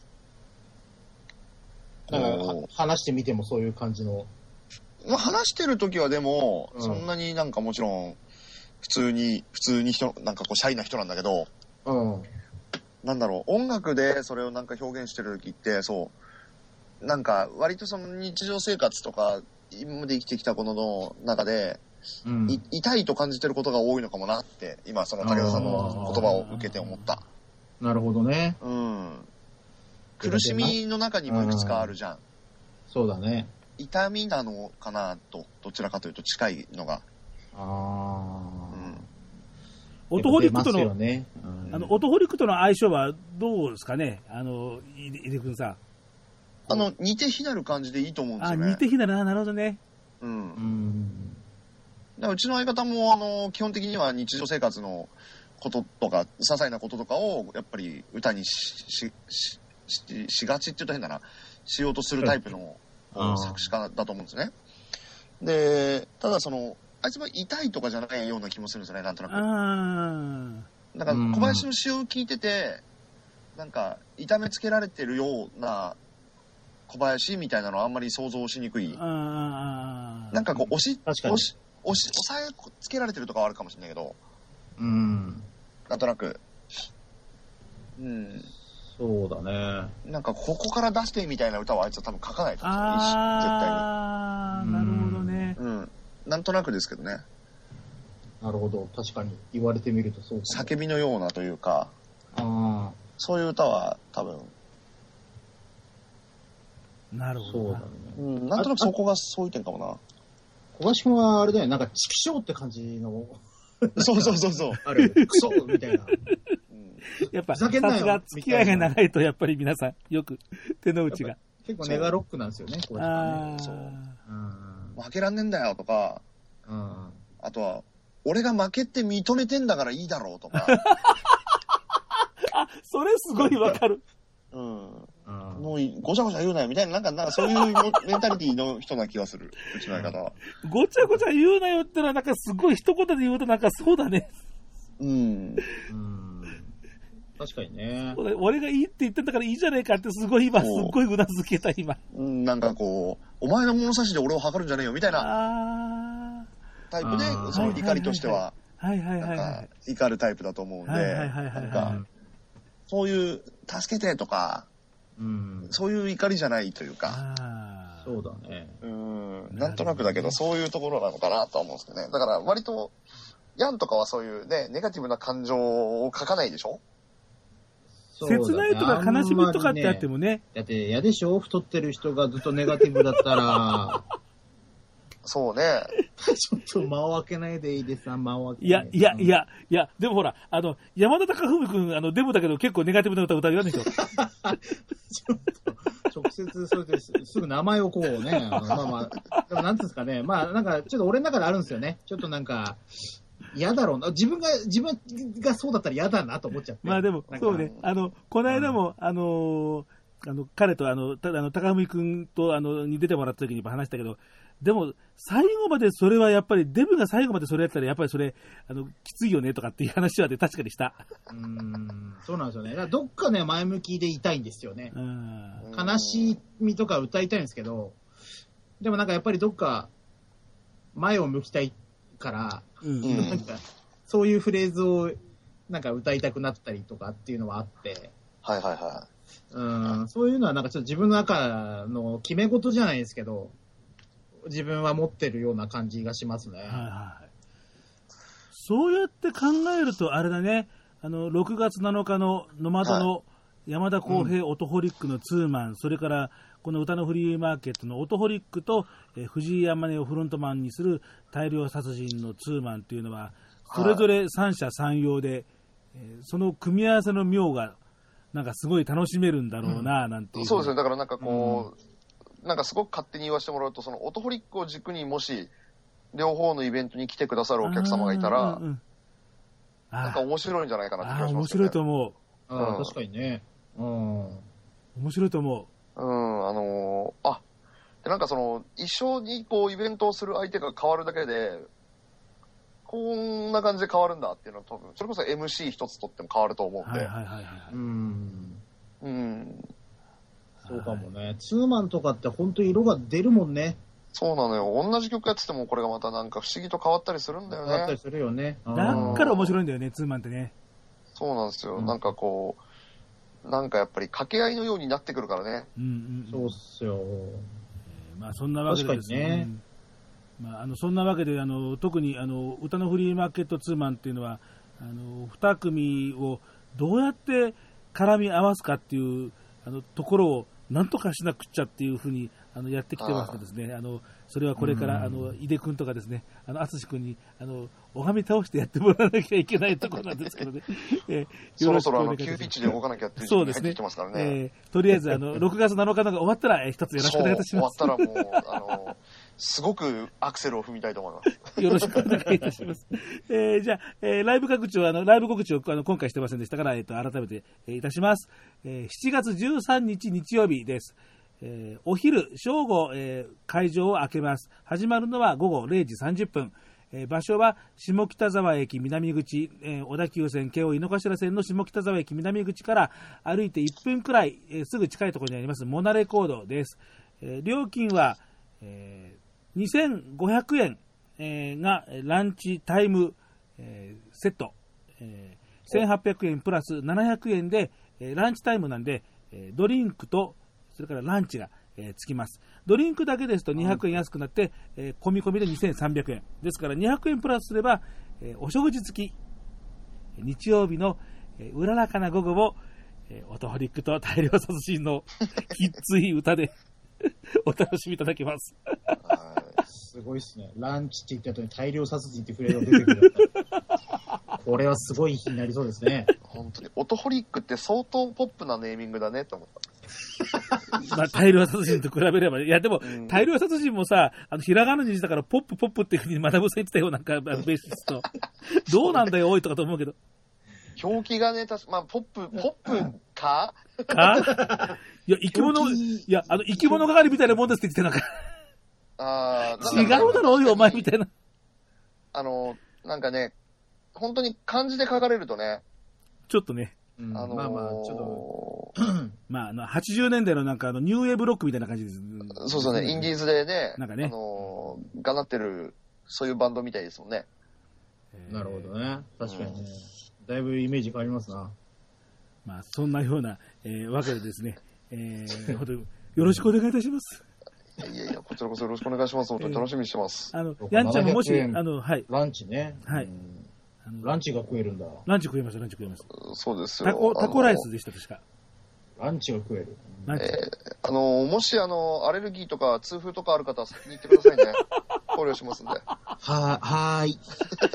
話してみてもそういう感じの。 まあ、話してる時はでも、そんなになんかもちろん普通になんかこうシャイな人なんだけど、なんだろう、音楽でそれをなんか表現してる時ってそうなんか割とその日常生活とか今まで生きてきたことの中で、痛いと感じてることが多いのかもなって今その武田さんの言葉を受けて思った。 なるほどね。 苦しみの中にもいくつかあるじゃん。 そうだね。 痛みなのかなと、どちらかというと近いのが。 オトホリックとの、ね、オトホリックとの相性はどうですかね、井出君さ。 似て非なる感じでいいと思うんですよね。 似て非なる、なるほどね。 うちの相方も基本的には日常生活のこととか些細なこととかをやっぱり歌にしがちって言うと変だな、しようとするタイプの作詞家だと思うんですね。でただあいつは痛いとかじゃないような気もするんですよね、なんとなく。なんか小林の詩を聞いてて、なんか痛めつけられてるような小林みたいなのはあんまり想像しにくい。なんかこう押さえつけられてるとかはあるかもしれないけど、なんとなく、 そうだね。 なんかここから出してみたいな歌はあいつは多分書かないと思うんですよ、絶対に。 なるほどね。 なんとなくですけどね。 なるほど、確かに言われてみるとそうか。 叫びのようなというか、そういう歌は多分。 なるほど。 そうだね。 なんとなくそこが相違点かもな。 小林君はあれだよ、なんか畜生って感じの。 そう。 あるクソみたいな。 やっぱさすが付き合いが長いとやっぱり皆さんよく手の内が結構ネガロックなんですよね。小林君ね。 負けらんねんだよとか、あとは俺が負けって認めてんだからいいだろうとか。 それすごいわかる。 うん。もうごちゃごちゃ言うなよみたいな、なんかそういうメンタリティの人な気がする。うちの相方は。 ごちゃごちゃ言うなよってのはなんかすごい一言で言うとなんかそうだね。 確かにね。 俺がいいって言ってんだからいいじゃねえかってすごい今、すっごいうなずけた今。 なんかこう、お前の物差しで俺を測るんじゃねえよみたいなタイプで、その怒りとしては、なんか怒るタイプだと思うんで、なんか、そういう助けてとか、そういう怒りじゃないというか、 そうだね。 なんとなくだけどそういうところなのかなと思うんですけどね。だから割と、ヤンとかはそういうね、ネガティブな感情を書かないでしょ？ 切ないとか悲しみとかってあってもね。 だって嫌でしょ？太ってる人がずっとネガティブだったら。 そうね。 ちょっと間を開けないでいいですか、間を開けないで。いや、でもほら、山田貴文君、デブだけど結構ネガティブな歌歌うよね、人。ちょっと、直接、それですぐ名前をこうね、まあ、でもなんていうんですかね、まあなんか、ちょっと俺の中であるんですよね。ちょっとなんか、嫌だろうな。自分がそうだったら嫌だなと思っちゃって。 まあでも、そうね。この間も、彼と、高文君と、に出てもらった時に話したけど、でも、最後までそれはやっぱり、デブが最後までそれやったら、やっぱりそれ、きついよねとかっていう話はね、確かにした。 そうなんですよね。だからどっかね、前向きでいたいんですよね。悲しみとか歌いたいんですけど、でもなんかやっぱりどっか、前を向きたいから、なんかそういうフレーズをなんか歌いたくなったりとかっていうのはあって、そういうのはなんかちょっと自分の中の決め事じゃないですけど、自分は持ってるような感じがしますね。 そうやって考えるとあれだね、6月7日のノマドの山田康平オトホリックのツーマン、それからこの歌のフリーマーケットのオトホリックと、藤井山根をフロントマンにする大量殺人のツーマンっていうのはそれぞれ三者三様で、その組み合わせの妙がなんかすごい楽しめるんだろうななんていう、 そうですね。だからなんかこう、なんかすごく勝手に言わせてもらうと、そのオトホリックを軸にもし両方のイベントに来てくださるお客様がいたら、なんか面白いんじゃないかなって気がしますね。 面白いと思う。 確かにね。 面白いと思う。 でなんかその一緒にこうイベントをする相手が変わるだけで、こんな感じで変わるんだっていうのは多分それこそ MC 一つとっても変わると思うんで。 そうかもね。ツーマンとかって本当に色が出るもんね。 そうなのよ。同じ曲やっててもこれがまたなんか不思議と変わったりするんだよね。 変わったりするよね。 だから面白いんだよね、ツーマンってね。 そうなんですよ。なんかこう、なんかやっぱり掛け合いのようになってくるからね。 そうっすよ。 まあそんなわけでですね。そんなわけで特に歌のフリーマーケットツーマンっていうのは2組をどうやって絡み合わすかっていうところをなんとかしなくちゃっていうふうにやってきてますけどですね、それはこれから井出君とかですね、淳君に拝み倒してやってもらわなきゃいけないところなんですけどね。 そろそろ急ピッチで動かなきゃっていう時期に入ってきてますからね。 とりあえず6月7日のが終わったら一つよろしくお願いいたします。 終わったらもうすごくアクセルを踏みたいと思います。 よろしくお願いいたします。じゃあ、ライブ告知を今回してませんでしたから、改めて、いたします。7月13日日曜日です。お昼、正午、会場を開けます。始まるのは午後0時30分。場所は下北沢駅南口、小田急線京王井の頭線の下北沢駅南口から歩いて1分くらい、すぐ近いところにありますモナレコードです。料金は、2500円、がランチタイム、セット、1800円プラス700円で、ランチタイムなんで、ドリンクとそれからランチが、つきます。ドリンクだけですと200円安くなって、込み込みで2300円ですから200円プラスすれば、お食事付き日曜日の、うららかな午後を、オトホリックと大量殺人のきつい歌でお楽しみいただきます。 すごいですね。ランチって言った後に大量殺人ってフレーズが出てくる。これはすごい日になりそうですね。 本当にオトホリックって相当ポップなネーミングだねと思った。 まあ大量殺人と比べれば、いやでも、大量殺人もさ、ひらがなにしたからポップっていうふうに学ぶさん言ってたよ、なんかベーシスト。どうなんだよ、多いとかと思うけど。 狂気がね、まあ、ポップかいや、生き物係みたいなもんですって言って違うだろうよ、お前みたいな。 なんかね、本当に漢字で書かれるとね、 ちょっとね、 まあまあ、ちょっと、 まあ、80年代のなんかニューウェーブロックみたいな感じです。 そうそうね、インディーズでね、 なんかね、 がなってる、そういうバンドみたいですもんね。 なるほどね。確かにね。だいぶイメージ変わりますな。 まあ、そんなような、わけでですね、本当によろしくお願いいたします。 いやいや、こちらこそよろしくお願いします。本当に楽しみにしてます。 やんちゃんももし、はい。 ランチね。 はい。 ランチが食えるんだ。 ランチ食えました、 そうですよ。 タコライスでした、確か。 ランチが食える。 もしアレルギーとか痛風とかある方は先に行ってくださいね。考慮しますんで。 はーい。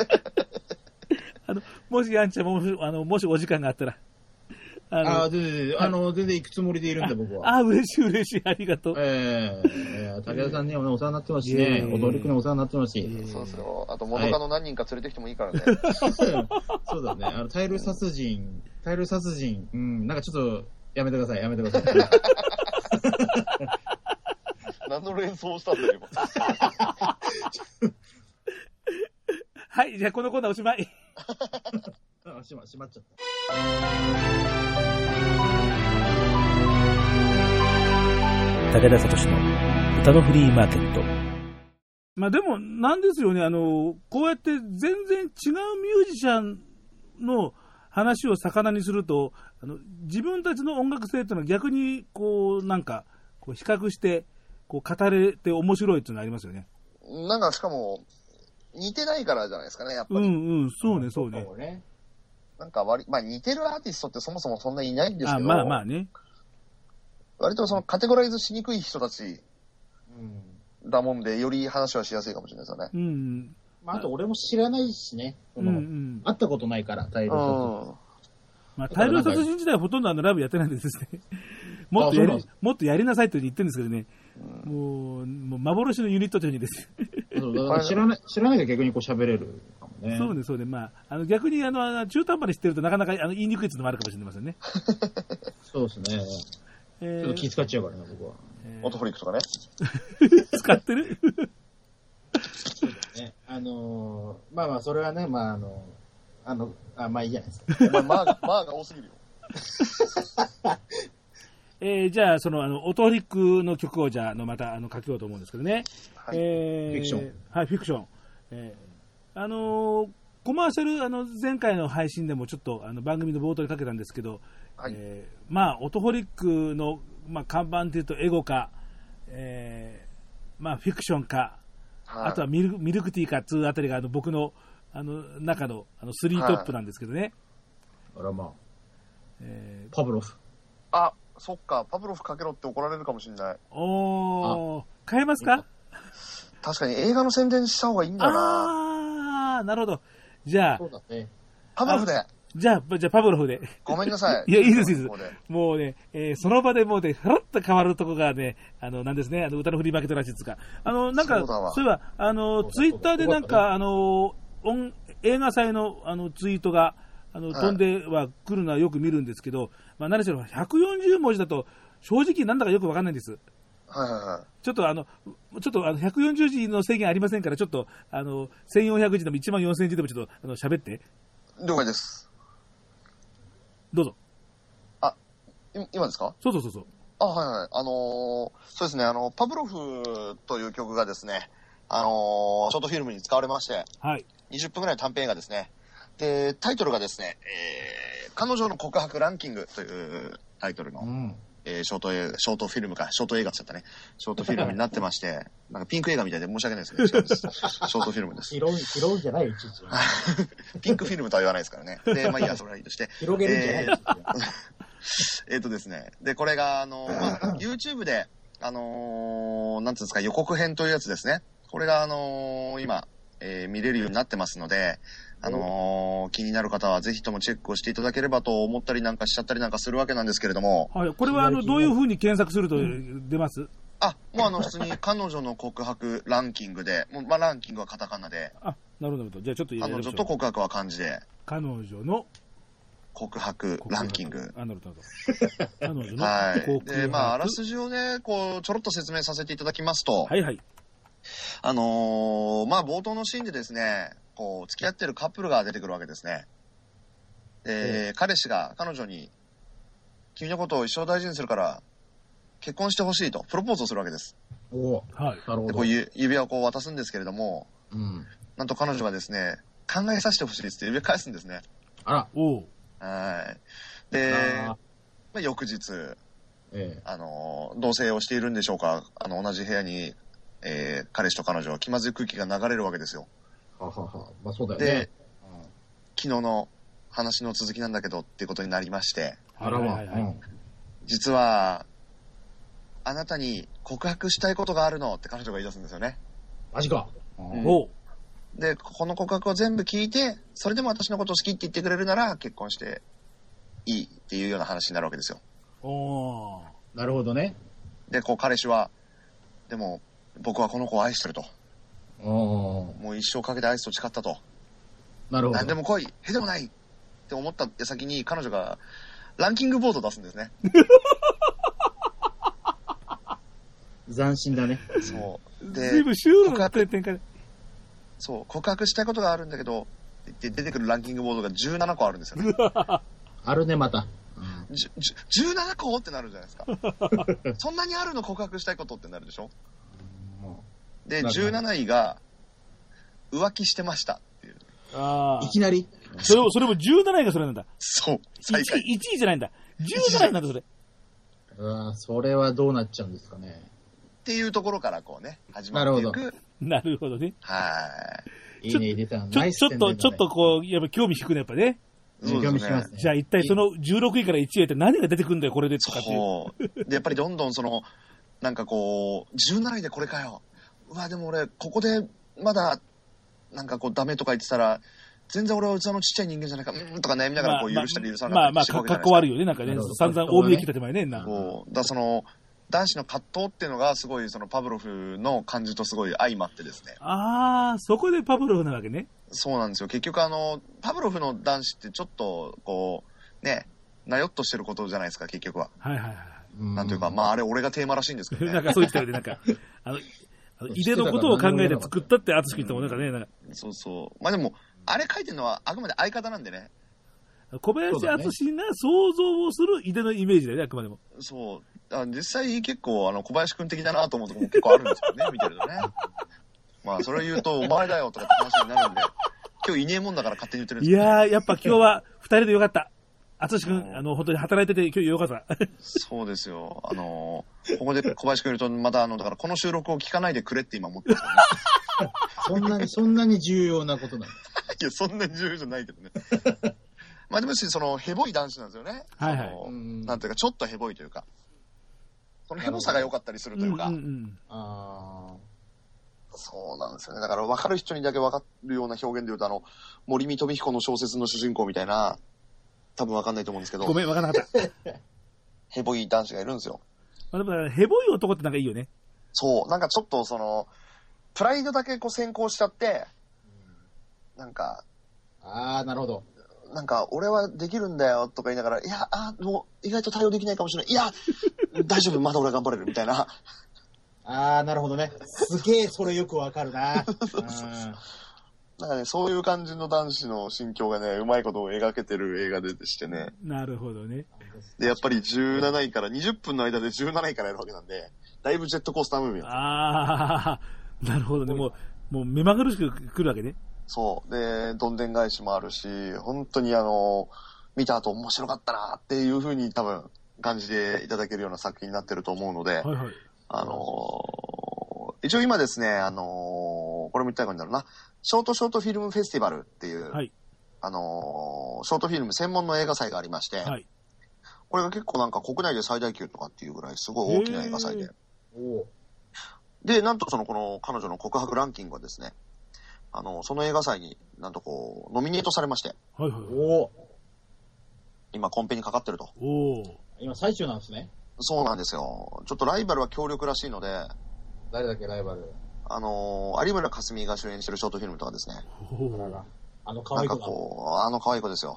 もしやんちゃんもしお時間があったら。 全然行くつもりでいるんで、僕は。 嬉しい、ありがとう。 武田さんね、お世話になってますしね、踊りくんにお世話になってますし。 そうですよ。あと、元カノ何人か連れてきてもいいからね。 そうだね。タイル殺人、なんかちょっと、やめてください。 何の連想をしたんだよ、 はい、じゃあこのコーナーおしまい。 しまっちゃった。 武田聡の歌のフリーマーケット。 まあでも、なんですよね、こうやって全然違うミュージシャンの話を魚にすると、自分たちの音楽性っていうのは逆に、なんか、比較して、語れて面白いっていうのありますよね。 なんかしかも、似てないからじゃないですかね、やっぱり。 そうね。 なんかまあ似てるアーティストってそもそもそんなにいないんですけど。 まあね。 割とそのカテゴライズしにくい人たちだもんで、より話はしやすいかもしれないですよね。 まああと俺も知らないしね。会ったことないから、タイル殺人。 まあタイル殺人自体はほとんどライブやってないんですね。もっとやりなさいと言ってるんですけどね。もう幻のユニットというふうにです。 知らないで逆に喋れるかもね。 そうね。まあ、逆に中途半端に知ってるとなかなか言いにくいっていうのもあるかもしれませんね。 そうですね。ちょっと気遣っちゃうからね、僕は。 オトフリックとかね。 使ってるそうだね。まあまあ、それはね、まあいいじゃないですか。 お前、まあが多すぎるよ。 じゃあ、オトフリックの曲をまた書きようと思うんですけどね。 フィクション。 はい、フィクション。コマーシャル、前回の配信でもちょっと番組の冒頭にかけたんですけど、 はい、 まあ、オトホリックの、まあ、看板というとエゴか、まあ、フィクションか、あとはミルクティーかっていうあたりが僕の中の3トップなんですけどね。 あらまあ。パブロフ。 あ、そっか、パブロフかけろって怒られるかもしれない。 変えますか？ 確かに映画の宣伝した方がいいんだな。 なるほど。じゃあ、 そうだね、 パブロフで。 じゃあパブロフで。 ごめんなさい。 いや、いいです。もうね、その場でもうね、ふらっと変わるとこがね、なんですね、歌のフリーマーケットらしいですか。なんか、そういえば、ツイッターでなんか、映画祭のツイートが、飛んでは来るのはよく見るんですけど、まあ、何しろ140文字だと、正直なんだかよくわかんないんです。 はいはいはい。 ちょっと140字の制限ありませんから、ちょっと、1400字でも14000字でもちょっと、喋って。 了解です。 どうぞ。 あ、今ですか？ そう。 あ、はいはい。そうですね、パブロフという曲がですね、ショートフィルムに使われまして、 はい。 20分ぐらいの短編映画ですね。で、タイトルがですね、彼女の告白ランキングというタイトルの、ショートフィルムか、ショート映画って言っちゃったね。ショートフィルムになってまして、なんかピンク映画みたいで申し訳ないですけど、違うんです。ショートフィルムです。 広いじゃないよ、いちいち。 ピンクフィルムとは言わないですからね。で、まあいいや、それはいいとして。 広げるんじゃないよ。 ですね。で、これが、YouTube で、なんていうんですか、予告編というやつですね。これが、今、見れるようになってますので、気になる方はぜひともチェックをしていただければと思ったりなんかしちゃったりなんかするわけなんですけれども。 はい、これはどういう風に検索すると出ます？ もう普通に彼女の告白ランキングで、まあランキングはカタカナで。 なるほど。じゃあちょっと彼女と告白は漢字で。 彼女の告白ランキング。 なるほど。 はい。で、まあ、あらすじをね、こう、ちょろっと説明させていただきますと、 はいはい。 まあ、冒頭のシーンでですね、こう、付き合ってるカップルが出てくるわけですね。彼氏が彼女に、君のことを一生大事にするから、結婚してほしいと、プロポーズをするわけです。 おはい。なるほど。 で、こう指輪をこう渡すんですけれども、なんと彼女がですね、考えさせてほしいですって指輪返すんですね。 あら。 おはい。で、まあ、翌日、同棲をしているんでしょうか、同じ部屋に、彼氏と彼女は気まずい空気が流れるわけですよ。 ははは。まあそうだよね。 で、昨日の話の続きなんだけどっていうことになりまして、 あらま、 実は、あなたに告白したいことがあるのって彼女が言い出すんですよね。 マジか。 で、この告白を全部聞いて、それでも私のことを好きって言ってくれるなら結婚していいっていうような話になるわけですよ。 おー。なるほどね。 で、こう彼氏は、でも僕はこの子を愛してると。もう一生かけて愛すと誓ったと。 なるほど。 何でも来い、へでもないって思った矢先に彼女がランキングボードを出すんですね。 斬新だね。 そう。で、 随分シュールな展開。 そう、告白したいことがあるんだけど、って出てくるランキングボードが17個あるんですよね。 あるね、また。 17個ってなるじゃないですか。そんなにあるの告白したいことってなるでしょ。で、17位が、浮気してましたっていう。 いきなりそれも17位がそれなんだ。 そう。 1位じゃないんだ。17位なんだ、それ。 それはどうなっちゃうんですかね。 っていうところからこうね、始まっていく。 なるほどね。 はい。 いいね、入れたの。 ちょっとこう、やっぱ興味引くね、やっぱね。 興味引きますね。じゃあ一体その16位から1位って何が出てくるんだよ、これでとかっていう。 そう。で、やっぱりどんどんなんかこう、17位でこれかよ。うわ、でも俺、ここでまだ、なんかこう、ダメとか言ってたら、全然俺は器のちっちゃい人間じゃないか、とか悩みながらこう、許したり許さなかったりしてるわけじゃないですか。 かっこ悪いよね、なんかね。散々大見え切った手前ね。 そう。だ男子の葛藤っていうのがすごいパブロフの感じとすごい相まってですね。 そこでパブロフなわけね。 そうなんですよ。結局パブロフの男子ってちょっとこうね、なよっとしてることじゃないですか、結局は。 はいはいはい。 なんというか、まああれ俺がテーマらしいんですけどね。 なんかそう言ってたよね、なんか井出のことを考えて作ったって淳君言ったもんね、なんかね。 そうそう。まあでもあれ書いてるのはあくまで相方なんでね。 小林淳が想像をする井出のイメージだよね、あくまでも。 そう。実際結構小林くん的だなと思うところも結構あるんですよね、見てるとね。まあそれを言うとお前だよとかって話になるんで、今日いねえもんだから勝手に言ってるんですけど、ね。 いやー、やっぱ今日は2人でよかった。淳くん、本当に働いてて今日よかった。 そうですよ。ここで小林くんいるとまただからこの収録を聞かないでくれって今思ってますよね。そんなに重要なことなんだ。 いや、そんなに重要じゃないけどね。まあでもヘボい男子なんですよね。 はいはい。 なんていうか、ちょっとヘボいというか。そのヘボさが良かったりするというか。そうなんですよね。だから分かる人にだけ分かるような表現で言うと、森見富彦の小説の主人公みたいな、多分分かんないと思うんですけど。 ごめん、分からなかった。 ヘボい男子がいるんですよ。 まあ、でもヘボい男ってなんかいいよね。 そう。なんかちょっとプライドだけ先行しちゃって、なんか。 なるほど。 なんか、俺はできるんだよとか言いながら、いや、もう意外と対応できないかもしれない。いや、大丈夫、まだ俺は頑張れるみたいな。 なるほどね。すげえ、それよくわかるな。 なんかね、そういう感じの男子の心境がね、うまいことを描けてる映画でしてね。 なるほどね。 で、やっぱり17位から20分の間で17位からやるわけなんで、だいぶジェットコースタームービーなんですよ。なるほどね。もう目まぐるしく来るわけね。 そう。で、どんでん返しもあるし、本当に見た後面白かったなっていう風に多分感じていただけるような作品になってると思うので、 はいはい、 一応今ですね、これも言ったようになるな、ショートフィルムフェスティバルっていう、 はい、 ショートフィルム専門の映画祭がありまして、 はい、 これが結構なんか国内で最大級とかっていうぐらいすごい大きな映画祭で。で、なんとこの彼女の告白ランキングはですね、その映画祭になんとこうノミネートされまして、 はいはい、 今コンペにかかってると。 今最中なんですね。 そうなんですよ。ちょっとライバルは強力らしいので。 誰だっけライバル？ 有村架純が主演してるショートフィルムとかですね。 可愛い子だ。 なんかこう可愛い子ですよ。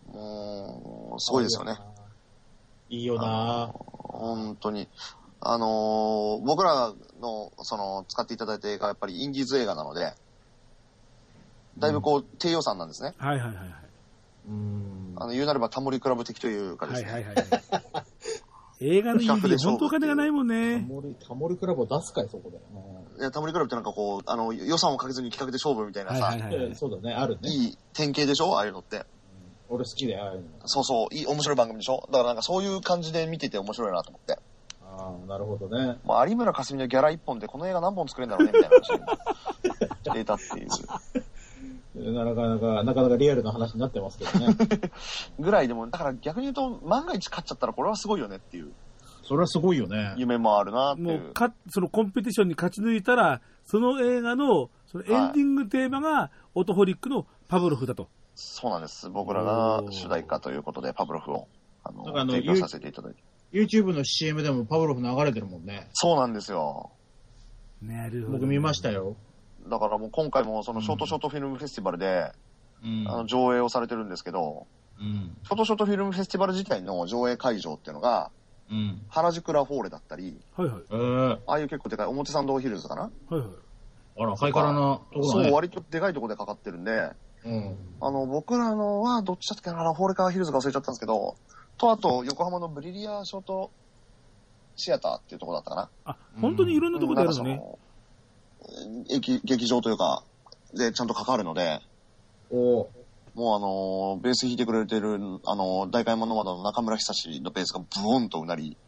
もう、すごいですよね。 いいよな本当に。僕らの、使っていただいた映画はやっぱりインディーズ映画なので、だいぶこう、低予算なんですね。 はいはいはい。 言うなればタモリクラブ的というかですね。 はいはいはい。映画のインディーズ、本当お金がないもんね。 タモリクラブを出すかい、そこで。 いや、タモリクラブってなんかこう、予算をかけずに企画で勝負みたいなさ、 そうだね、あるね。 いい典型でしょああいうのって。 俺好きだよ、ああいうの。 そうそう、面白い番組でしょだからなんかそういう感じで見てて面白いなと思って。 ああ、なるほどね。 まあ、有村架純のギャラ1本でこの映画何本作れるんだろうねみたいな話に出たっていう。 なかなかリアルな話になってますけどね。 ぐらいでも、だから逆に言うと、万が一勝っちゃったらこれはすごいよねっていう。 それはすごいよね。 夢もあるなっていう。 もうそのコンペティションに勝ち抜いたら、その映画のそのエンディングテーマがオトホリックのパブロフだと。 そうなんです。僕らが主題歌ということでパブロフを提供させていただいて。 YouTube の CM でもパブロフ流れてるもんね。 そうなんですよ。 なるほど。 僕見ましたよ。 だからもう今回もそのショートショートフィルムフェスティバルで、上映をされてるんですけど、ショートショートフィルムフェスティバル自体の上映会場っていうのが、原宿ラフォーレだったり、 はいはい。 ああいう結構でかい表参道ヒルズかな、 はいはい。 あら、ハイカラなところね。 そう、割とでかいところでかかってるんで、僕らのはどっちだったっけな、ラフォーレかヒルズか忘れちゃったんですけど、あと横浜のブリリアショートシアターっていうところだったかな。 あ、本当にいろんなところでやるのね。 劇場というか、でちゃんとかかるので、もうベース弾いてくれてる、大会物窓の中村久志のベースがブオンとうなり、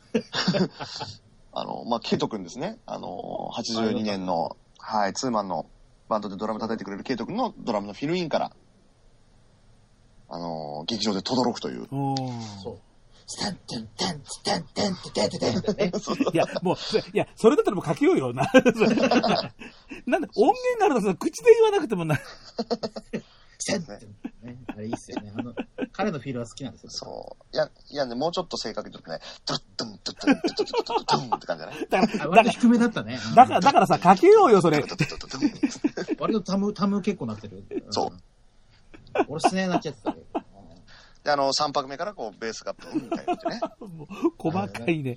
ケイト君ですね。82年の、はい、ツーマンのバンドでドラム叩いてくれるケイト君のドラムのフィルインから、劇場で轟くという。 そう。スタンタンタンタンタンタンタンタンね。 いや、もう、それだったらもうかけようよな。なんで、音源があるのさ、口で言わなくてもな。 スタンタンね。あれいいっすよね。彼のフィールは好きなんですよ。 そう。いやね、もうちょっと正確に言うとね、ドゥッドゥンドゥッドゥンドゥッドゥッドゥッドゥンって感じだね。 だから割と低めだったね。 だからさ、かけようよ、それ。 割とタム結構なってる。 そう。 俺スネーなっちゃってたけど。 で、3拍目からこう、ベースがブンみたいなってね。 細かいね。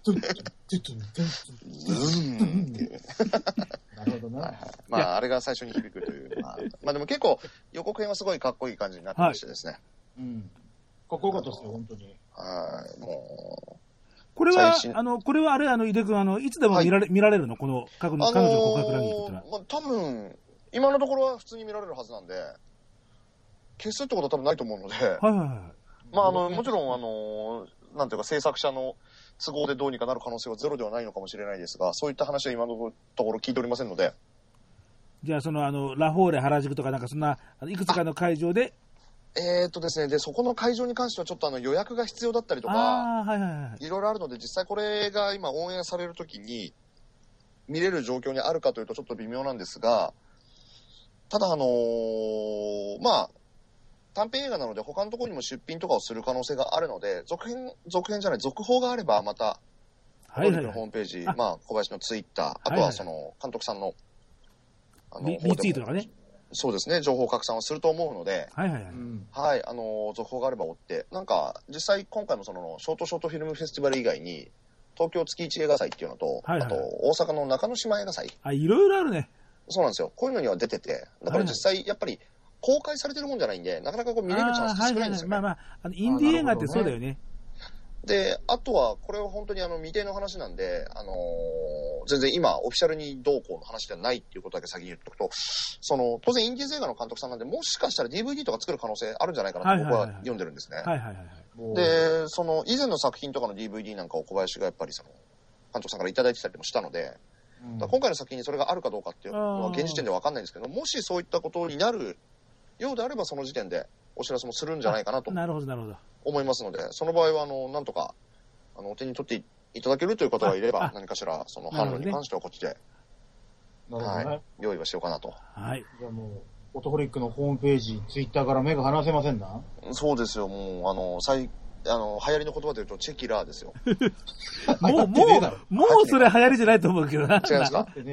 なるほどね。 まあ、あれが最初に響くという。まあでも結構、予告編はすごいかっこいい感じになってましてですね。 うん。かっこよかったですよ、本当に。 はい、もう。 これはあれ、井出君、いつでも見られるのこの、彼女の告白ランキングってのは。 多分、今のところは普通に見られるはずなんで、消すってことは多分ないと思うので、まあもちろんなんていうか制作者の都合でどうにかなる可能性はゼロではないのかもしれないですが、そういった話は今のところ聞いておりませんので。 じゃあラフォーレ原宿とかなんかそんないくつかの会場で。 ですね、でそこの会場に関してはちょっと予約が必要だったりとか、いろいろあるので、実際これが今オンエアされるときに見れる状況にあるかというとちょっと微妙なんですが、ただまあ短編映画なので他のところにも出品とかをする可能性があるので、続報があればまた、ホームページ、小林のツイッター、あとは監督さんの、 リツイートとかね。 そうですね、情報拡散をすると思うので、続報があれば追って、なんか、実際今回のショートフィルムフェスティバル以外に、東京月一映画祭っていうのと、あと大阪の中之島映画祭。 いろいろあるね。 そうなんですよ。こういうのには出てて、だから実際やっぱり、公開されてるもんじゃないんで、なかなか見れるチャンスって少ないんですよね。 インディー映画ってそうだよね。 で、あとは、これは本当に未定の話なんで、全然今、オフィシャルにどうこうの話ではないっていうことだけ先に言っておくと、当然インディーズ映画の監督さんなんで、もしかしたら DVD とか作る可能性あるんじゃないかなと僕は読んでるんですね。で、以前の作品とかの DVD なんかを小林がやっぱり監督さんからいただいてたりもしたので、今回の作品にそれがあるかどうかっていうのは現時点でわかんないんですけど、もしそういったことになるようであればその時点でお知らせもするんじゃないかなと思いますので、その場合はなんとかお手に取っていただけるという方がいれば、何かしらその販路に関してはこっちで、用意はしようかなと。 じゃあもうオトホリックのホームページ、ツイッターから目が離せませんな。 そうですよ。もう流行りの言葉で言うとチェキラーですよ。 もうそれ流行りじゃないと思うけどな。 違いますか？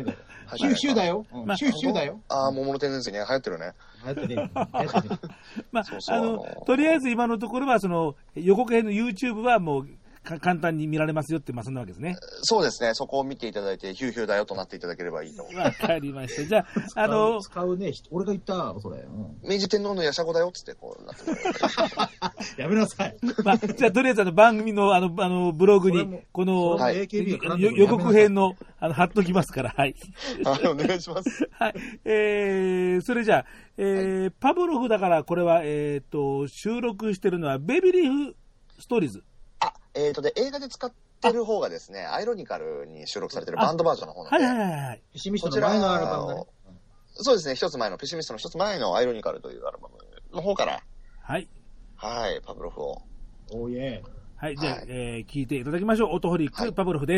ヒューヒューだよ。ヒューヒューだよ。 ああ、桃の天然水ね、流行ってるね。 流行ってね。流行ってね。 まあ、とりあえず今のところは、その、予告編の YouTube はもう、簡単に見られますよって、まあそんなわけですね。 そうですね。そこを見ていただいて、ヒューヒューだよとなっていただければいいと思います。 わかりました。じゃあ、 使うね。俺が言った、それ。 明治天皇のやしゃごだよっつって、こうなってやめなさい。 まあ、じゃあ、とりあえず番組のブログに、この、予告編の、貼っときますから、はい。 お願いします。 はい。それじゃあ、パブロフだから、これは、収録してるのは、ベビリーフストーリーズ。 で、映画で使ってる方がですね、アイロニカルに収録されてるバンドバージョンの方なんで。 はいはいはい。 ペシミストの前のアルバムがね。 そうですね、一つ前の、ペシミストの一つ前のアイロニカルというアルバムの方から。 はい。 はい、パブロフを。 おーイェー。 はい、じゃあ、聞いていただきましょう。オトホリック、パブロフです。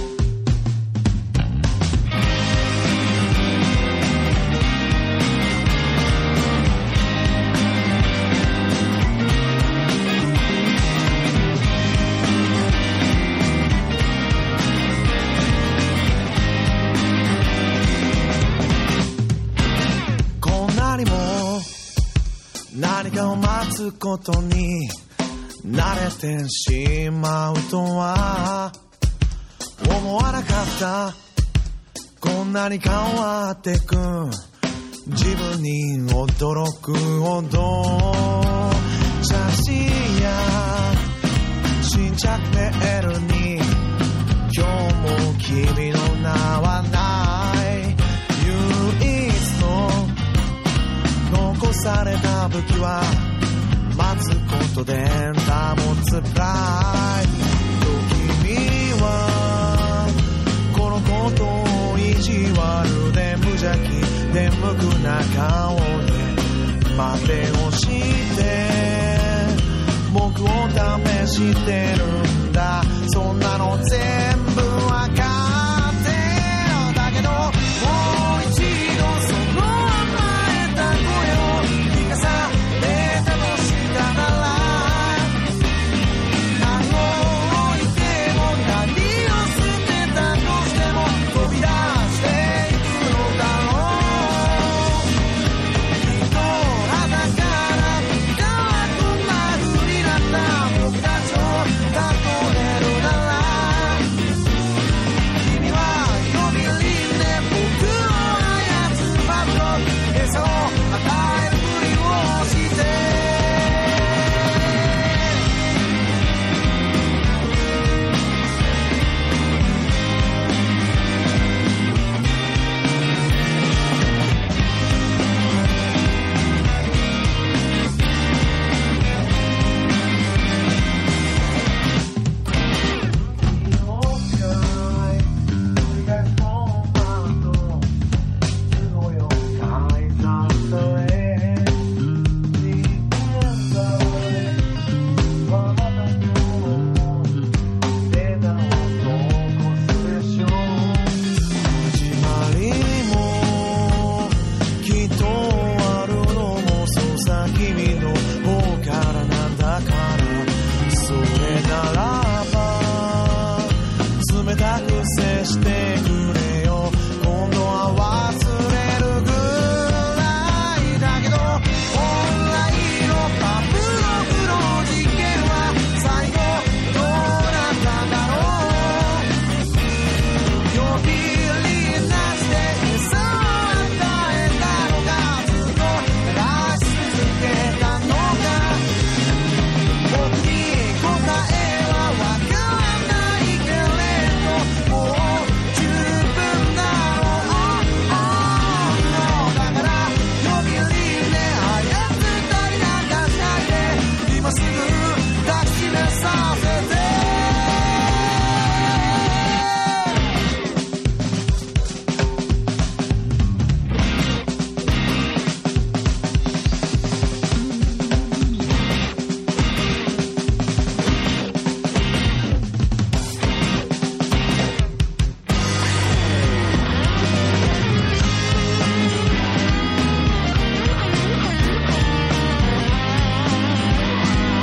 何かを待つことに慣れてしまうとは思わなかった。こんなに変わってく自分に驚くほど。写真や新着メールに今日も君の名はない唯一の残された武器は待つことで保つプライド。君はこのことを意地悪で無邪気で無垢な顔で待てをして僕を試してるんだ。そんなの全部わかってる。だけどもう一度その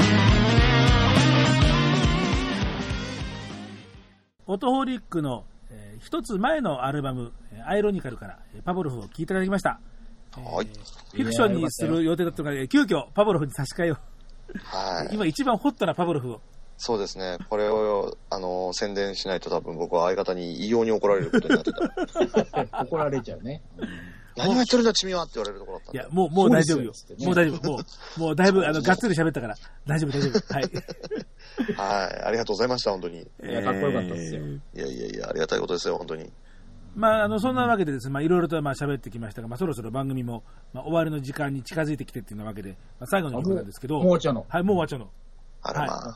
オトホリックの、 一つ前のアルバム、アイロニカルからパブロフを聴いていただきました。 はい。 フィクションにする予定だったのが、急遽パブロフに差し替えよう。 はい。 今一番ホットなパブロフを。 そうですね。これを、宣伝しないと多分僕は相方に異様に怒られることになってた。 怒られちゃうね。 何を言ってるんだ、君はって言われるところだったんで。 いや、もう大丈夫よ。もう大丈夫。もうだいぶ、がっつり喋ったから。大丈夫。はい。 はい。ありがとうございました、本当に。 いや、かっこよかったですよ。 いや、ありがたいことですよ、本当に。 まあ、そんなわけでですね、いろいろと喋ってきましたが、そろそろ番組も、終わりの時間に近づいてきてっていうわけで、最後の曲なんですけど。 もう終わっちゃうの。 はい、もう終わっちゃうの。 あらまあ。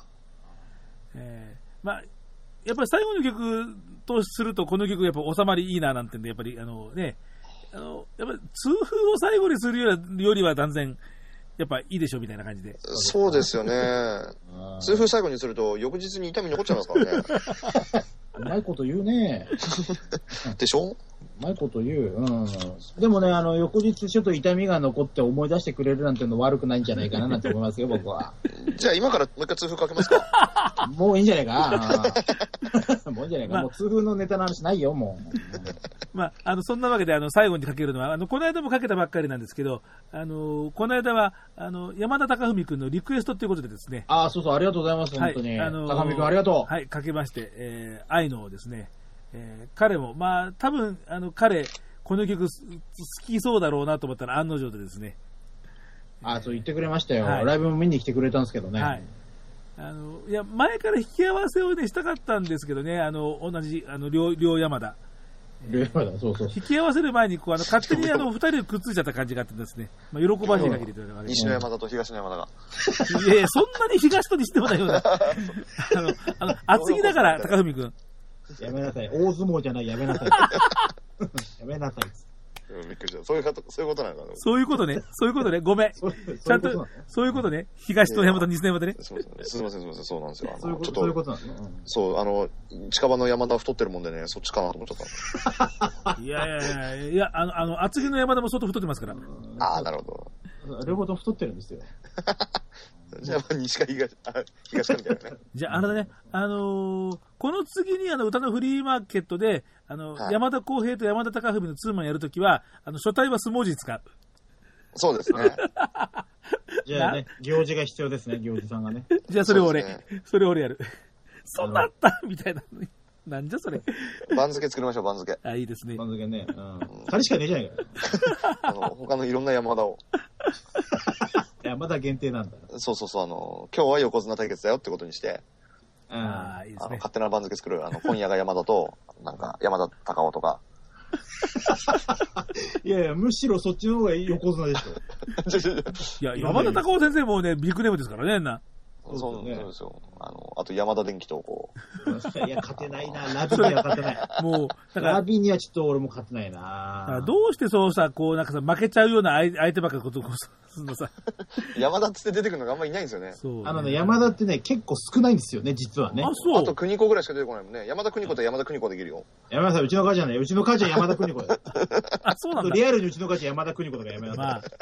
やっぱり最後の曲とすると、この曲やっぱ収まりいいななんてんで、やっぱりやっぱり痛風を最後にするよりは断然、やっぱいいでしょみたいな感じで。 そうですよね。痛風最後にすると、翌日に痛み残っちゃいますからね。 うまいこと言うね。 でしょ？ うまいこと言う。でもね、翌日ちょっと痛みが残って思い出してくれるなんての悪くないんじゃないかななんて思いますよ、僕は。 じゃあ今からもう一回痛風かけますか？ もういいんじゃないか。もういいんじゃないか。もう痛風のネタの話ないよ、もう。 そんなわけで、最後にかけるのは、この間もかけたばっかりなんですけど、この間は、山田貴文君のリクエストということでですね。 あ、そう、ありがとうございます、本当に。貴文君ありがとう。 はい、かけまして、愛のをですね、彼も、多分、彼、この曲好きそうだろうなと思ったら案の定でですね。 そう言ってくれましたよ。 はい、 ライブも見に来てくれたんですけどね。 はい。いや、前から引き合わせをね、したかったんですけどね、同じ、両山田。 そう。 引き合わせる前に、勝手に二人くっついちゃった感じがあってですね。喜ばしい限りというのが西の山田と東の山田が。 いやそんなに東と西でもないような。厚木だから、高文くん。 やめなさい。大相撲じゃない、やめなさい。やめなさい。 びっくりした。そういうことなのかな。 そういうことね。ごめん。ちゃんと、そういうことね。東と山田、西の山田ね。 すみません、そうなんですよ。 そういうことなんですね。 そう、近場の山田太ってるもんでね、そっちかなと思っちゃった。 いや、厚木の山田も相当太ってますから。 なるほど。両方と太ってるんですよ。 じゃあ、西か東かみたいなね。 じゃあ、あれだね。この次に歌のフリーマーケットで、山田康平と山田貴文のツーマンやるときは、初対はスモージー使う。 そうですね。 じゃあね、行事が必要ですね、行事さんがね。 じゃあ、それを俺やる。そんなあったみたいな。なんじゃそれ。 番付作りましょう、番付。 いいですね。 番付ね。2人しかねえじゃないかよ。 他のいろんな山田を。 山田限定なんだ。 そう、今日は横綱対決だよってことにして、 いいですね。 勝手な番付作る、今夜が山田と、山田隆夫とか。 いや、むしろそっちの方が横綱でしょ。いや、山田隆夫先生もね、ビッグネームですからね、 そうですよ。あと山田電機といや、勝てないな。ラビには勝てない。もう、ラビにはちょっと俺も勝てないな。 どうしてそうさ、負けちゃうような相手ばっかりことするのさ。 山田って出てくるのがあんまりいないんですよね。 山田ってね、結構少ないんですよね、実はね。 あと邦子ぐらいしか出てこないもんね。山田邦子と山田邦子できるよ。 やめなさい、うちの母ちゃんね。うちの母ちゃん山田邦子だよ。 そうなんだ。 リアルにうちの母ちゃん山田邦子とかやめなさい。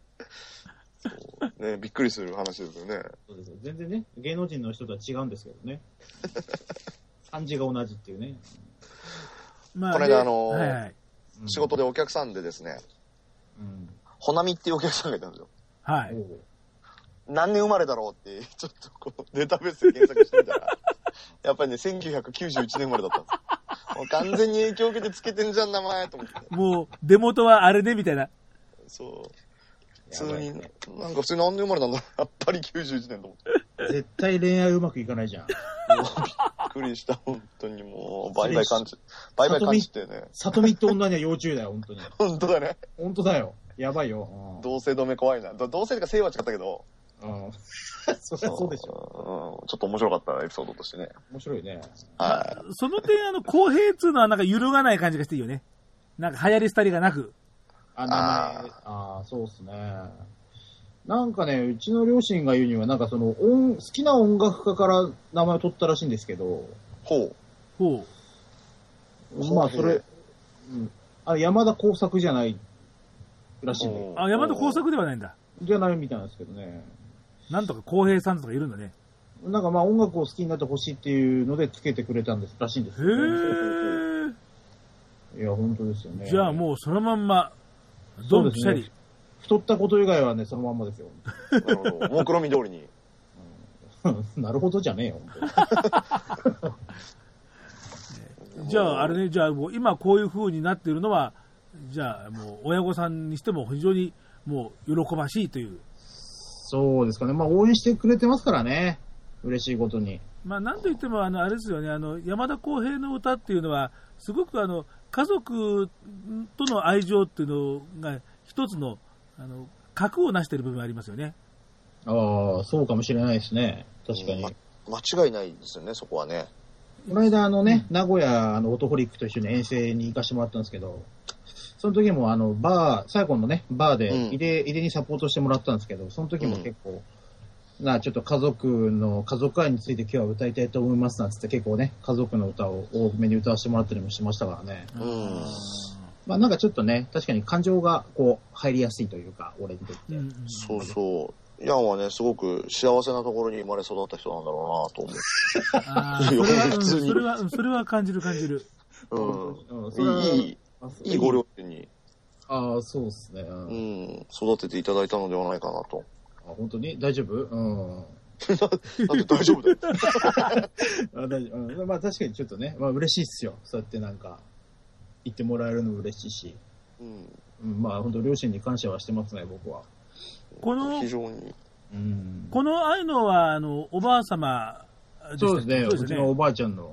ね、びっくりする話ですよね。 そうですよ。全然ね、芸能人の人とは違うんですけどね。漢字が同じっていうね。 この間仕事でお客さんでですね、ほなみっていうお客さんがいたんですよ。 はい。 何年生まれだろうって、ちょっとデータベースで検索してみたら、やっぱりね、1991年生まれだったんですよ。もう完全に影響を受けてつけてんじゃん、名前と思って。 もう、出元はあれね、みたいな。 そう。普通に、普通に何年生まれなんだろう。やっぱり91年と思って。 絶対恋愛うまくいかないじゃん。 もうびっくりした、本当にもう、バイバイ感じってね。 里見って女には要注意だよ、本当に。 本当だね。 本当だよ。やばいよ。 同性止め怖いな。同性か性は違ったけど。 そうでしょ。 ちょっと面白かったエピソードとしてね。 面白いね。 はい。 その点、公平っつうのは揺るがない感じがしていいよね。流行り廃りがなく。 名前。そうっすね。うちの両親が言うには、好きな音楽家から名前を取ったらしいんですけど。 ほう。まあ、それ、山田耕作じゃないらしいね。 山田耕作ではないんだ。 じゃないみたいなんですけどね。 なんとか公平さんとかいるんだね。 音楽を好きになってほしいっていうのでつけてくれたらしいんですよね。 いや、本当ですよね。 じゃあもうそのまんま、ドンピシャリ、ね。 太ったこと以外はね、そのまんまですよ。 なるほど。目論見通りに。 なるほどじゃねえよ。 じゃあ、あれね、じゃあもう今こういう風になっているのは、じゃあもう親御さんにしても非常にもう喜ばしいという。 そうですかね。まあ応援してくれてますからね。嬉しいことに。 まあなんといってもあれですよね、山田耕平の歌っていうのは、すごく家族との愛情っていうのが一つの、核を成している部分がありますよね。 ああ、そうかもしれないですね。確かに。 間違いないですよね、そこはね。 この間名古屋オートホリックと一緒に遠征に行かしてもらったんですけど、その時も最後のね、バーで井出にサポートしてもらったんですけど、その時も結構、ちょっと家族愛について今日は歌いたいと思いますなんつって結構ね、家族の歌を多めに歌わせてもらったりもしましたからね。まあなんかちょっとね、確かに感情がこう入りやすいというか、俺にとって。 そうそう。ヤンはね、すごく幸せなところに生まれ育った人なんだろうなと思う。それは感じる。 いいご両親に。 ああ、そうですね。 育てていただいたのではないかなと。 あ、本当に大丈夫？ なんで大丈夫だよ。 大丈夫。まあ確かにちょっとね、まあ嬉しいっすよ。そうやってなんか、言ってもらえるのも嬉しいし。まあ本当両親に感謝はしてますね、僕は。 非常に。 この愛のは、おばあ様でしたっけ？そうですね。うちのおばあちゃんの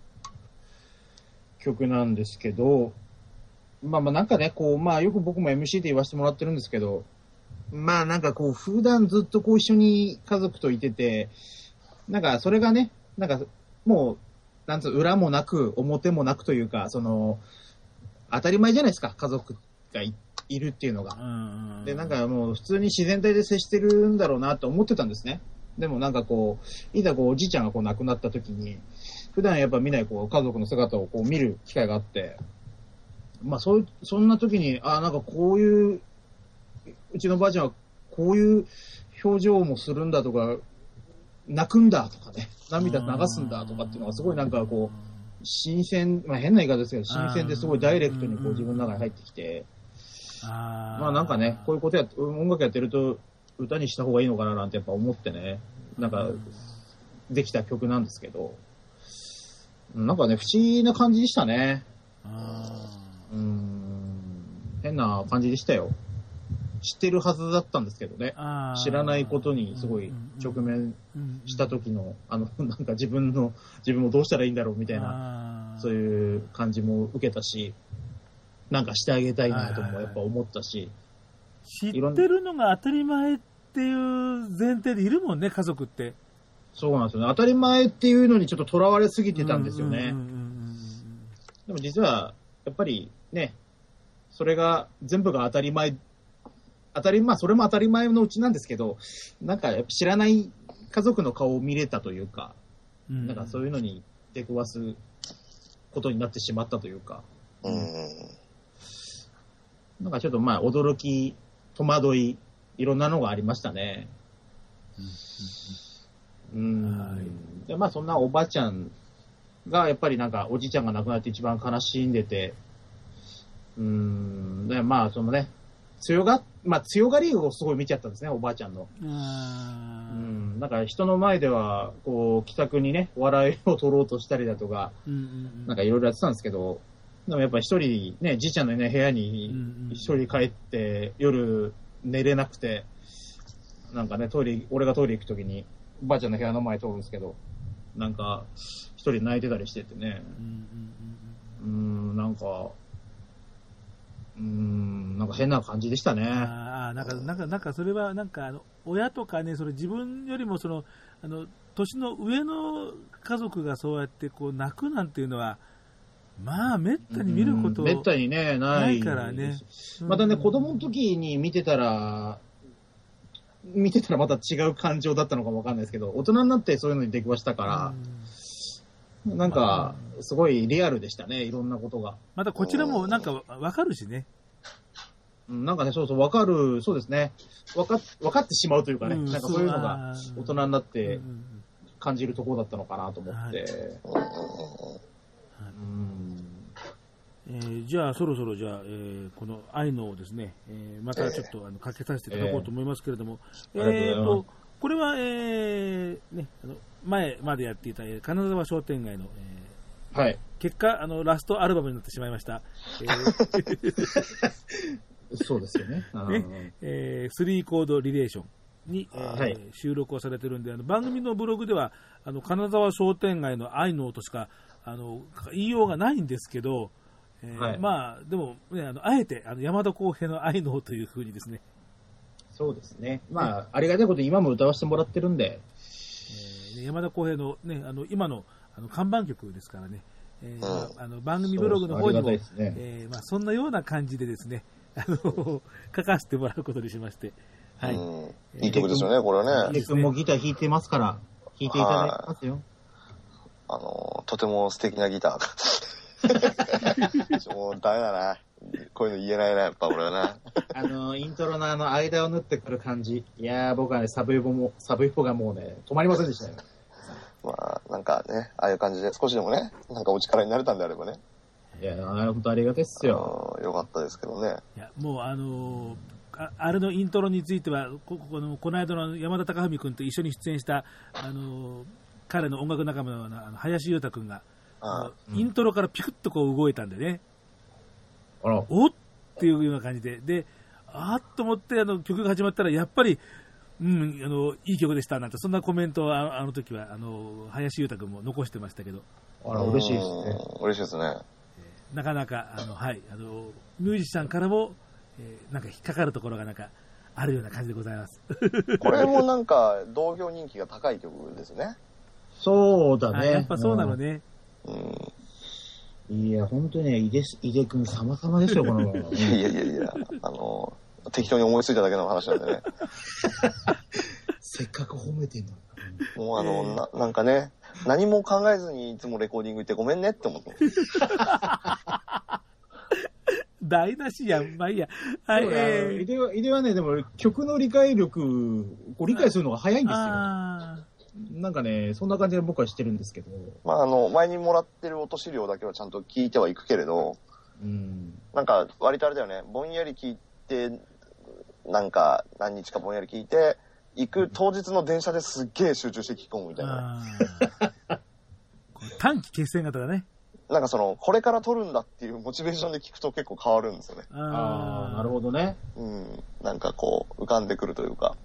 曲なんですけど、まあなんかね、こう、まあよく僕も MC で言わせてもらってるんですけど、まあなんかこう、普段ずっとこう一緒に家族といてて、なんかそれがね、なんかもう、なんつう、裏もなく、表もなくというか、当たり前じゃないですか、家族がいるっていうのが。で、なんかもう普通に自然体で接してるんだろうなと思ってたんですね。でもなんかこう、いざこうおじいちゃんがこう亡くなった時に、普段やっぱ見ないこう家族の姿をこう見る機会があって、まあそんな時に、なんかこういう、うちのばあちゃんはこういう表情もするんだとか、泣くんだとかね、涙流すんだとかっていうのがすごいなんかこう、新鮮、まあ変な言い方ですけど、新鮮ですごいダイレクトにこう自分の中に入ってきて、まあなんかね、こういうこと音楽やってると歌にした方がいいのかななんてやっぱ思ってね、なんかできた曲なんですけど、なんかね、不思議な感じでしたね。変な感じでしたよ。知ってるはずだったんですけどね。知らないことにすごい直面した時の、なんか自分もどうしたらいいんだろうみたいな、そういう感じも受けたし、なんかしてあげたいなともやっぱ思ったし。 知ってるのが当たり前っていう前提でいるもんね、家族って。 そうなんですよね。当たり前っていうのにちょっと囚われすぎてたんですよね。でも実は、やっぱりね、それが全部が当たり前、まあそれも当たり前のうちなんですけど、なんかやっぱ知らない家族の顔を見れたというか、なんかそういうのに出くわすことになってしまったというか、なんかちょっとまあ驚き、戸惑い、いろんなのがありましたね。でまあそんなおばあちゃんがやっぱりなんかおじいちゃんが亡くなって一番悲しんでて、でまあそのね、強がりをすごい見ちゃったんですね、おばあちゃんの。なんか人の前ではこう気さくにね笑いを取ろうとしたりだとか、なんかいろいろやってたんですけど、でもやっぱ一人ね、じいちゃんのね部屋に一人帰って夜寝れなくて、なんかね俺がトイレ行くときにおばあちゃんの部屋の前通るんですけど、なんか一人泣いてたりしててね、なんか変な感じでしたね。 なんかそれはなんか親とかね、それ自分よりも年の上の家族がそうやってこう泣くなんていうのは、まあめったに見ることめったにねないからね。 またね、子供の時に見てたらまた違う感情だったのかもわかんないですけど、大人になってそういうのに出くわしたから、なんかすごいリアルでしたね、いろんなことが。 またこちらもなんかわかるしね。 なんかね、そうわかる、そうですね。わかってしまうというかね、なんかそういうのが大人になって感じるところだったのかなと思って。 じゃあそろそろじゃあ、この愛のをですね、またちょっとかけさせていただこうと思いますけれども、これは、ね、前までやっていた、金沢商店街の、 はい、 結果ラストアルバムになってしまいました、 そうですよね。 3コードリレーションに、収録をされてるんで、番組のブログでは金沢商店街の愛の音しか言いようがないんですけど、まあでも、ね、あえて山田康平の愛のというふうにですね。 そうですね。まあ、ありがたいことに今も歌わせてもらってるんで、 山田康平のね今の看板曲ですからね、番組ブログの方にも、まあそんなような感じでですね書かせてもらうことにしました。はい。 いい曲ですよね、これはね。 君もギター弾いてますから、弾いていただきますよ。 とても素敵なギター。もうダメだな。こういうの言えないな、やっぱ俺はな。 イントロの間を縫ってくる感じ。いやー、僕はね、サブイポがもうね、止まりませんでしたよ。 まあ、なんかね、ああいう感じで少しでもね、なんかお力になれたんであればね。 いやー、本当ありがたいっすよ。 よかったですけどね。 いや、もうあれのイントロについては、この間の山田貴文君と一緒に出演した、彼の音楽仲間の林裕太君が、イントロからピクッとこう動いたんでね、おっていうような感じで、あっと思って曲が始まったら、やっぱり、いい曲でしたなんて、そんなコメントをあの時は林裕太君も残してましたけど、 嬉しいですね。 嬉しいですね。 なかなかミュージシャンからも、なんか引っかかるところがなんかあるような感じでございます。 これもなんか同業人気が高い曲ですね。 そうだね。 やっぱそうなのね。 いや、本当にね、井出くん様々ですよ、この。 いや、適当に思いついただけの話なんでね。 せっかく褒めてんの。 もうなんかね、何も考えずにいつもレコーディング行ってごめんねって思って。 台無しやん、まあいいや。はい。 井出はね、でも曲の理解力、理解するのが早いんですよ。なんかね、そんな感じで僕はしてるんですけど。 まあ前にもらってる音資料だけはちゃんと聞いてはいくけれど、なんか割とあれだよね、ぼんやり聞いて、なんか何日かぼんやり聞いて、行く当日の電車ですっげえ集中して聞き込むみたいな。 短期決戦型だね。 なんかこれから撮るんだっていうモチベーションで聞くと結構変わるんですよね。 なるほどね。 なんかこう浮かんでくるというか。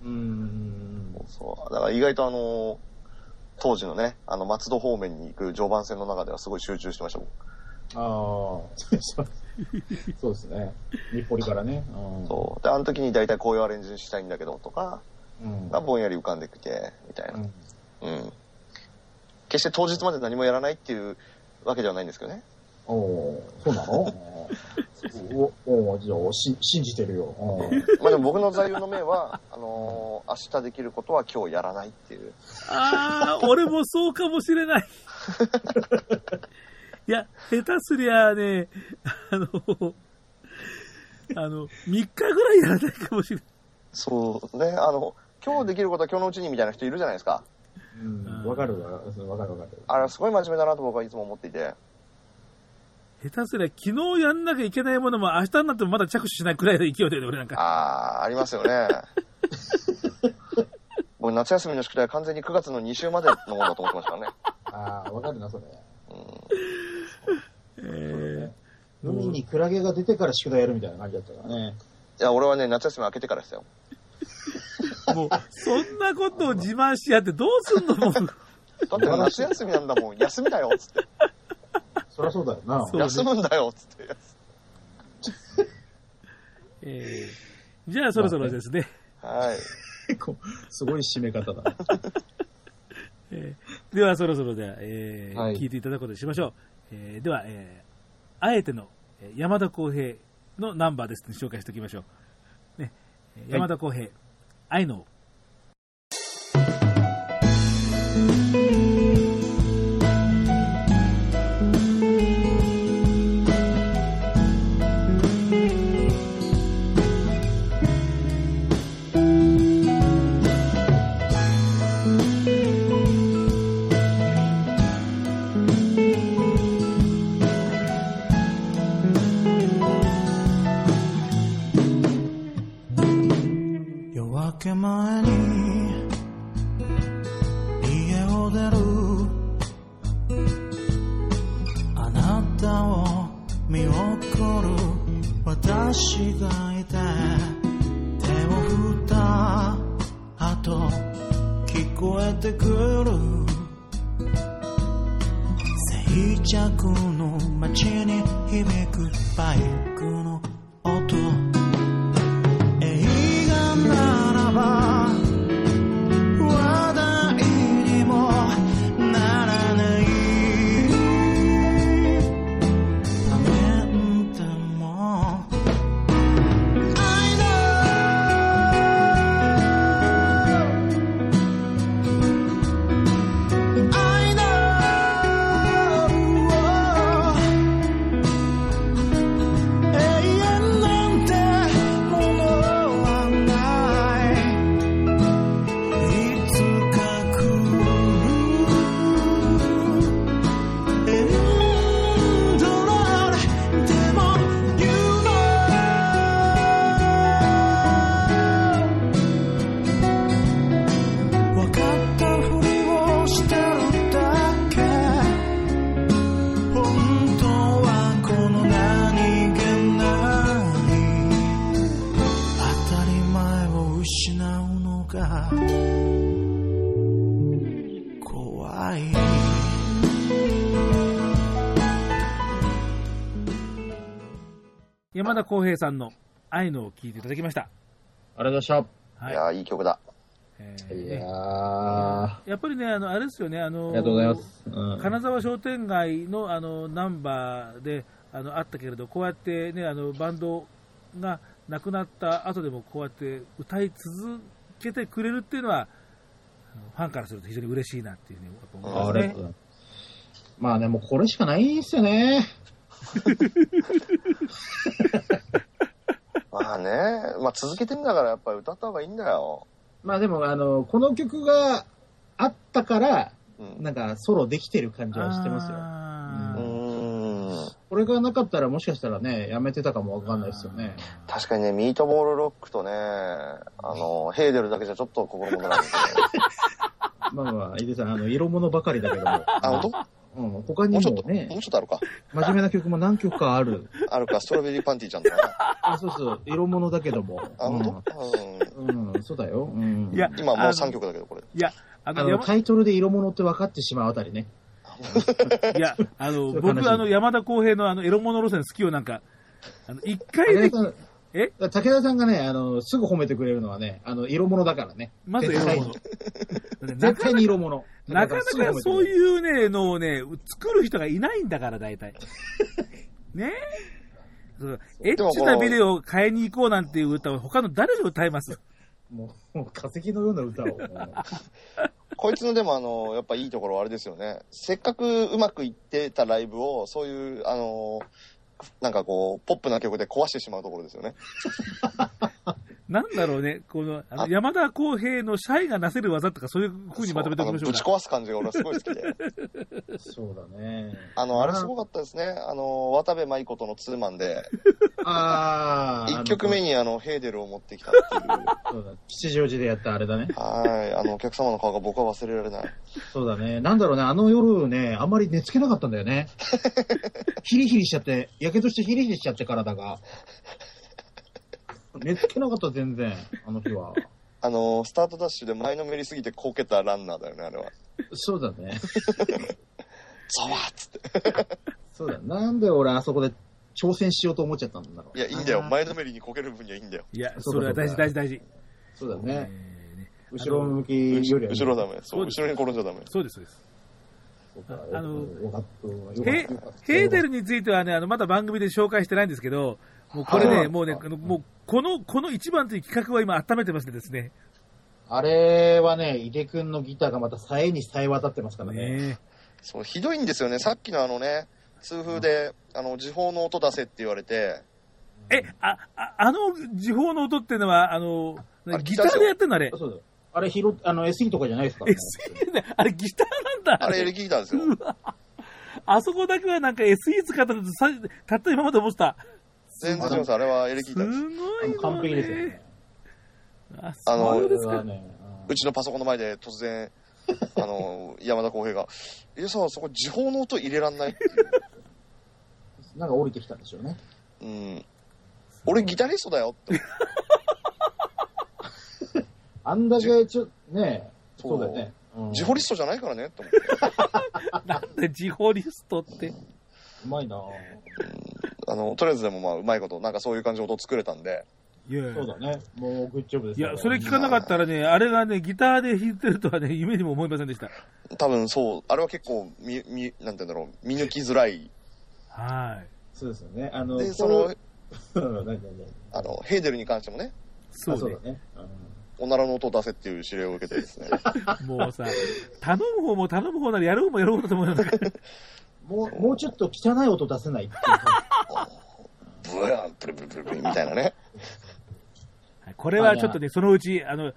そうだから意外と当時のね松戸方面に行く常磐線の中ではすごい集中してましたもん。 そうですね。日暮里からね。 そうで時に大体こういうアレンジしたいんだけどとかがぼんやり浮かんできてみたいな。決して当日まで何もやらないっていうわけではないんですけどね。 そうなの？じゃあ信じてるよ。 まあでも僕の座右の銘は明日できることは今日やらないっていう。 俺もそうかもしれない。いや下手すりゃね3日ぐらいやらないかもしれない。 そうね今日できることは今日のうちにみたいな人いるじゃないですか。 わかる。 あれすごい真面目だなと僕はいつも思っていて。 下手すりゃ昨日やんなきゃいけないものも明日になってもまだ着手しないくらいの勢いで俺なんか。 ありますよね。僕夏休みの宿題は完全に9月の2週までのものだと思ってましたからね。 わかるなそれ。海にクラゲが出てから宿題やるみたいな感じだったからね。 いや俺はね夏休み明けてからですよ。 もうそんなことを自慢しやってどうすんのもう。だって夏休みなんだもん休みだよっつって。 そりゃそうだよな。 休むんだよっつって。 じゃあそろそろですね。 はい。 すごい締め方だ。 ではそろそろでは、聞いていただくことにしましょう。では、あえての山田康平のナンバーですね紹介しておきましょう。ね、山田康平、I know。 明け前に家を出るあなたを見送る私がいて手を振った後聞こえてくる静寂の街に響くバイクの音映画ならば話題にもならない面でも I know 永遠なんてものはないいつか来る End road でも You know 分かったふりをしてるだけ本当はこの何気ない当たり前を失うのが怖い山田浩平さんの愛のを聞いていただきました。 ありがとうございまはいやー、いい曲だ。 した。いねやー、あやっぱりね、あれですよね、 りがとうございます。 金沢商店街のナンバーであったけれど、こうやってね、バンドが亡くなった後でもこうやって歌い続けてくれるっていうのは、ファンからすると非常に嬉しいなっていうふうに思いますね。 ありがとうございます。まあね、もうこれしかないんですよね。 まあね、まあ続けてんだからやっぱり歌った方がいいんだよ。 まあでも、この曲があったから、 うん。 なんかソロできてる感じはしてますよ。 あーこれがなかったらもしかしたらね、やめてたかもわかんないですよね。 確かにね、ミートボールロックとね、ヘーデルだけじゃちょっと心もとないんですよね。 まあまあ、井出さん、色物ばかりだけども。 あ、本当？ うん、他にもうちょっと、 もねもう、ちょっとあるか。 真面目な曲も何曲かある。 あるか、ストロベリーパンティーちゃんだな。 あ、そうそう、色物だけども。 あ、本当？ うん、そうだよ。うん。 いや、 今もう3曲だけど、これ。 いや、 タイトルで色物って分かってしまうあたりね。 いや、 う僕、 話山田浩平のエロモノ路線好きよ、なんか、一回で、 武田さんがね、すぐ褒めてくれるのはね、色物だからね。 まずエロモノ。 絶対に色物。 なかなかそういうね、のをね、作る人がいないんだから、大体。ねそうエッチなビデオを買いに行こうなんていう歌を他の誰が歌います？ もう化石のような歌を。 こいつのでもやっぱいいところはあれですよね。せっかくうまくいってたライブを、そういう、なんかこう、ポップな曲で壊してしまうところですよね。 なんだろうね、この、山田浩平のシャイがなせる技とかそういう風にまとめておきましょうか。 ぶち壊す感じが俺はすごい好きで。 そうだね。 あれすごかったですね。渡部舞子とのツーマンで、1曲目にヘーデルを持ってきたっていう。 そうだ。吉祥寺でやったあれだね。 はい。お客様の顔が僕は忘れられない。 そうだね。なんだろうね、夜ね、あんまり寝つけなかったんだよね。ヒリヒリしちゃって、やけどしてヒリヒリしちゃって体が。寝つけなかった全然、あの日は。 スタートダッシュで前のめりすぎてこけたランナーだよね、あれは。 そうだね。 ザワーっつって。 そうだ。なんで俺あそこで挑戦しようと思っちゃったんだろう。 いや、いいんだよ。前のめりにこける分にはいいんだよ。 いや、それは大事大事大事。 そうだね。後ろ向きよりは。 後ろダメ。そう、後ろに転んじゃダメ。 そうです、そうです。ヘーデルについてはね、まだ番組で紹介してないんですけど、もうこれね、もうね、もうこの一番という企画は今温めてましてですね。 あれはね、井出くんのギターがまたさえにさえ渡ってますからね。 そう、ひどいんですよね。さっきの痛風で、時報の音出せって言われて。 時報の音っていうのは、ギターでやってんのあれ。 そうだ。あれ、SE とかじゃないですか、ね。 SE ね。あれギターなんだ。 あれエレキギターですよ。 あそこだけはなんか SE 使ったとたった今まで思ってた。 全然違います。あれはエレキギターです。 すごい、 完璧ですよね。 そうですか。 うちのパソコンの前で突然、山田浩平が、さ、そこ時報の音入れらんないっていう。 なんか降りてきたんでしょうね。 うん。俺ギタリストだよって。 あんだけね、そうだよね。 ジホリストじゃないからねって思って。 なんでジホリストって。 うまいなとりあえずでもまあうまいこと、なんかそういう感じの音作れたんで。 そうだね。もうグッジョブですね。 いや、それ聞かなかったらね、あれがね、ギターで弾いてるとはね、夢にも思いませんでした。 多分そう、あれは結構、なんて言うんだろう、見抜きづらい。 はい。 そうですよね。 で、ヘーデルに関してもね。 そうだね。 おならの音を出せっていう指令を受けてですね。 もうさ、頼む方も頼む方ならやろうもやろうかと思うよ。 もうちょっと汚い音出せないっていう。 ブラン、プルプルプルプルみたいなね。 これはちょっとね、そのうち、はい、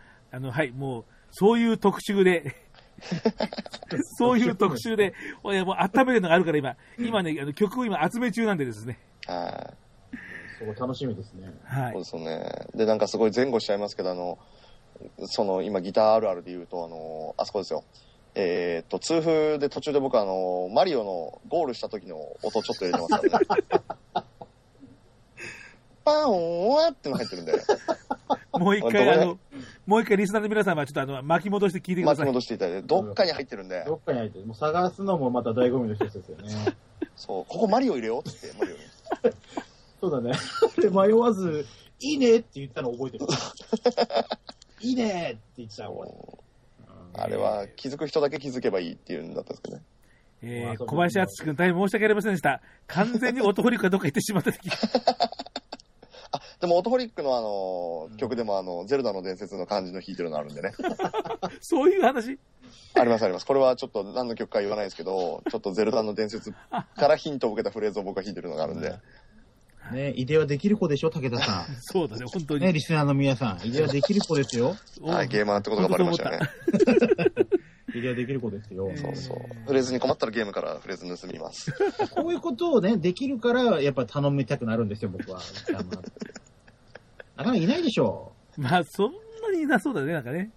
もう、そういう特集で、そういう特集で、もう温めるのがあるから今ね、曲を今集め中なんでですね。 はい。 そこ楽しみですね。 はい。 そうですよね。で、なんかすごい前後しちゃいますけど、今ギターあるあるで言うと、あそこですよ。痛風で途中で僕マリオのゴールした時の音ちょっと入れてますからね。パンワーっての入ってるんで。 もう一回リスナーの皆さんはちょっと巻き戻して聞いてください。 巻き戻していただいて、どっかに入ってるんで。 どっかに入ってる。もう探すのもまた醍醐味の一つですよね。 そう、ここマリオ入れようって言って、マリオに。 そうだね。で、迷わず、いいねって言ったの覚えてる。いいねって言っちゃう、俺。 あれは気づく人だけ気づけばいいっていうんだったんですけどね。 小林敦君大変申し訳ありませんでした。完全にオトホリックがどっか行ってしまった時。 でもオトホリックの曲でもゼルダの伝説の漢字の弾いてるのあるんでね。 そういう話ありますあります。これはちょっと何の曲か言わないですけど、ちょっとゼルダの伝説からヒントを受けたフレーズを僕が弾いてるのがあるんで。 ね、井出はできる子でしょ、武田さん。 そうだね、本当に。 ね、リスナーの皆さん、井出はできる子ですよ。 はい、ゲーマーってことがバレましたよね。 井出はできる子ですよ。 そうそう。フレーズに困ったらゲームからフレーズ盗みます。 こういうことをね、できるから、やっぱ頼みたくなるんですよ、僕は。なかなかいないでしょう。まあ、そんなにいなそうだね、なんかね。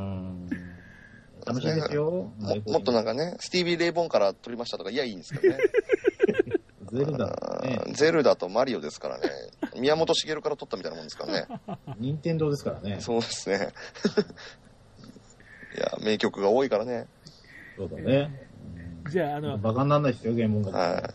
楽しいですよ。 もっとなんかね、スティービー・レイボンから取りましたとか、いや、いいんですけどね。ゼルダとマリオですからね。宮本茂から取ったみたいなもんですからね。 任天堂ですからね。 そうですね。いや、名曲が多いからね。 そうだね。 じゃあ、 バカにならないですよ、ゲーム音楽。 はい。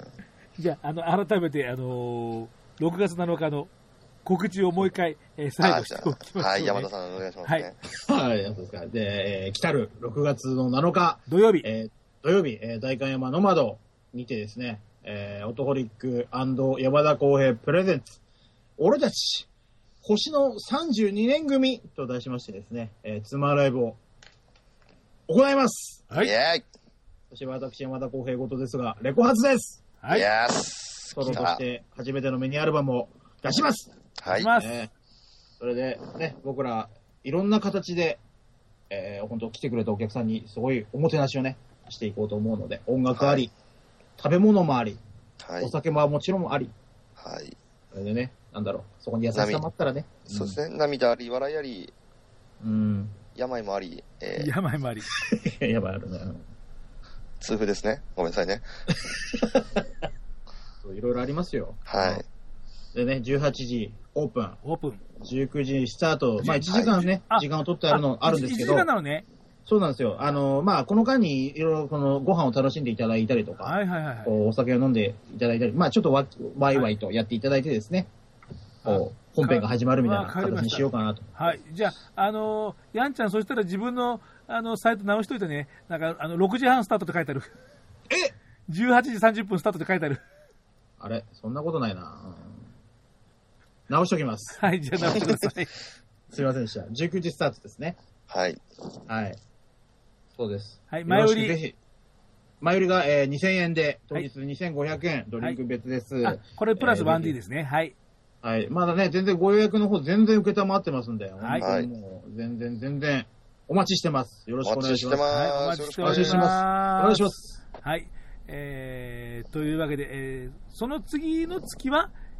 じゃあ、改めて、6月7日の告知をもう一回、再度しておきます、ね。 はい、山田さんお願いしますね。 はい、そうですか。で、来たる6月の7日。 土曜日。 代官山の窓にてですね、オトホリック&山田浩平プレゼンツ、俺たち、星の32年組と題しましてですね、ツーマンライブを行います。 はい。 そして私、山田浩平ごとですが、レコ発です。 はい。 ソロとして初めてのミニアルバムを出します。 はい。 それでね、僕ら、いろんな形で、本当来てくれたお客さんにすごいおもてなしをね、していこうと思うので、音楽あり、食べ物もあり、お酒ももちろんあり。 はい。 それでね、なんだろう、そこに優しさもあったらね。 そうですね、涙あり、笑いあり、病もあり、 病もあり。 病あるね。 痛風ですね。ごめんなさいね。 いろいろありますよ。 はい。 でね、18時オープン。19時スタート。まあ1時間ね、時間を取ってあるんですけど。 1時間なのね。 そうなんですよ。まあこの間にいろいろこのご飯を楽しんでいただいたりとか、お酒を飲んでいただいたり、まあちょっとワイワイとやっていただいてですね、本編が始まるみたいな形にしようかなと。 はい。じゃあ、やんちゃん、そしたら自分の、サイト直しといてね、なんか、6時半スタートって書いてある。18時30分スタートって書いてある。 あれそんなことないな。直しときます。 はい、じゃあ直してください。 すいませんでした。19時スタートですね。 はい。 はい。そうです。 はい、前売り。 ぜひ。前売りが、2000円で、当日2500円、ドリンク別です。 これプラス 1D ですね。はい。 はい。まだね、全然ご予約の方全然受けたまってますんで、 はい。 本当にもう、全然、お待ちしてます。よろしくお願いします。 お待ちしてます。お願いします。 はい。というわけで、その次の月は、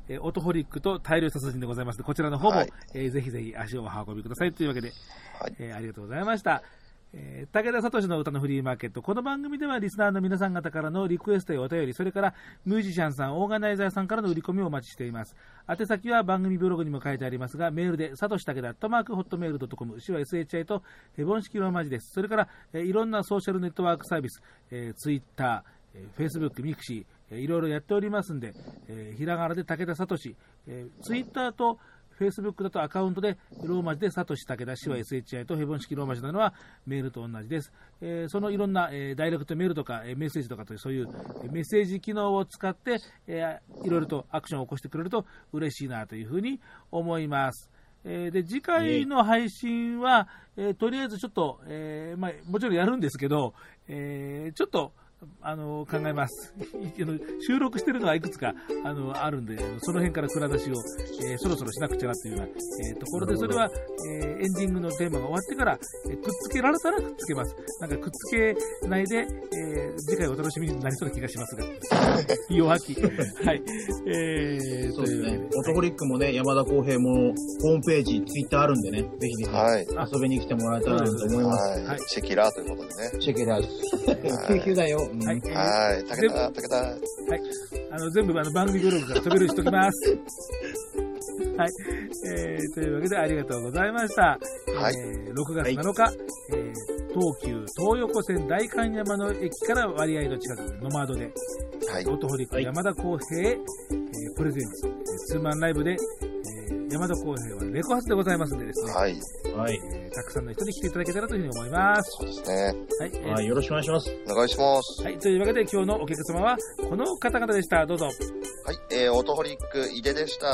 オトホリックと大量殺人でございますので、こちらの方も、ぜひぜひ足をお運びくださいというわけで、ありがとうございました。武田聡の歌のフリーマーケット。この番組ではリスナーの皆さん方からのリクエストやお便り、それからミュージシャンさん、オーガナイザーさんからの売り込みをお待ちしています。宛先は番組ブログにも書いてありますが、メールで、さとし武田@hotmail.com、手話 SHI とヘボン式ローマ字です。それから、いろんなソーシャルネットワークサービス、Twitter、Facebook、ミクシー、いろいろやっておりますんで、ひらがなで武田聡、Twitter とフェイスブックだとアカウントでローマ字でサトシ武田氏は SHI とヘボン式ローマ字なのはメールと同じです。そのいろんな、ダイレクトメールとかメッセージとかというそういうメッセージ機能を使って、いろいろとアクションを起こしてくれると嬉しいなというふうに思います。で次回の配信は、とりあえずちょっと、もちろんやるんですけど、ちょっと考えます。収録してるのはいくつかあるんで、その辺から蔵出しを、そろそろしなくちゃなというような、ところで、それは、エンディングのテーマが終わってから、くっつけられたらくっつけます。なんかくっつけないで、次回お楽しみになりそうな気がしますが、弱気。はい。 そうですね。オトホリックもね、山田浩平もホームページ、ツイッターあるんでね、ぜひぜひ遊びに来てもらえたらと思います。 はい。チェキラーということでね。 チェキラー。救急だよ。 はい。武田。はい。 全部番組ブログから飛べるようにしときます。はい。というわけでありがとうございました。はい。6月7日、東急東横線代官山の駅から割合の近く、ノマドで、オトホリック山田浩平、プレゼンツ、ツーマンライブで、山田浩平はレコ発でございますのでですね。はい。たくさんの人に来ていただけたらというふうに思います。 そうですね。 はい。よろしくお願いします。 お願いします。 はい。というわけで今日のお客様はこの方々でした。どうぞ。 はい。オトホリック井出でした。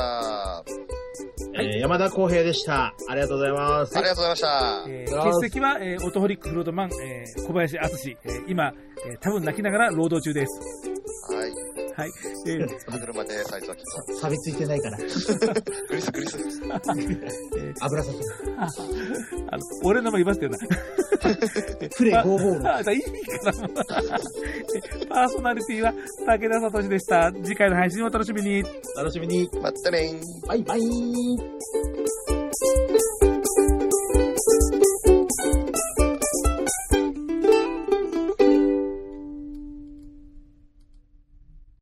山田浩平でした。ありがとうございます。 ありがとうございました。 欠席は、オトホリックフロートマン、小林敦、今、多分泣きながら労働中です。 はい。 はい。 歯車でサイズはきつ錆びついてないから。グリス。 油させ俺の名前言いましたよな。 プレイ55の。 いいからもう。パーソナリティは武田聡でした。次回の配信をお楽しみに。 楽しみに。 またねー。 バイバイ。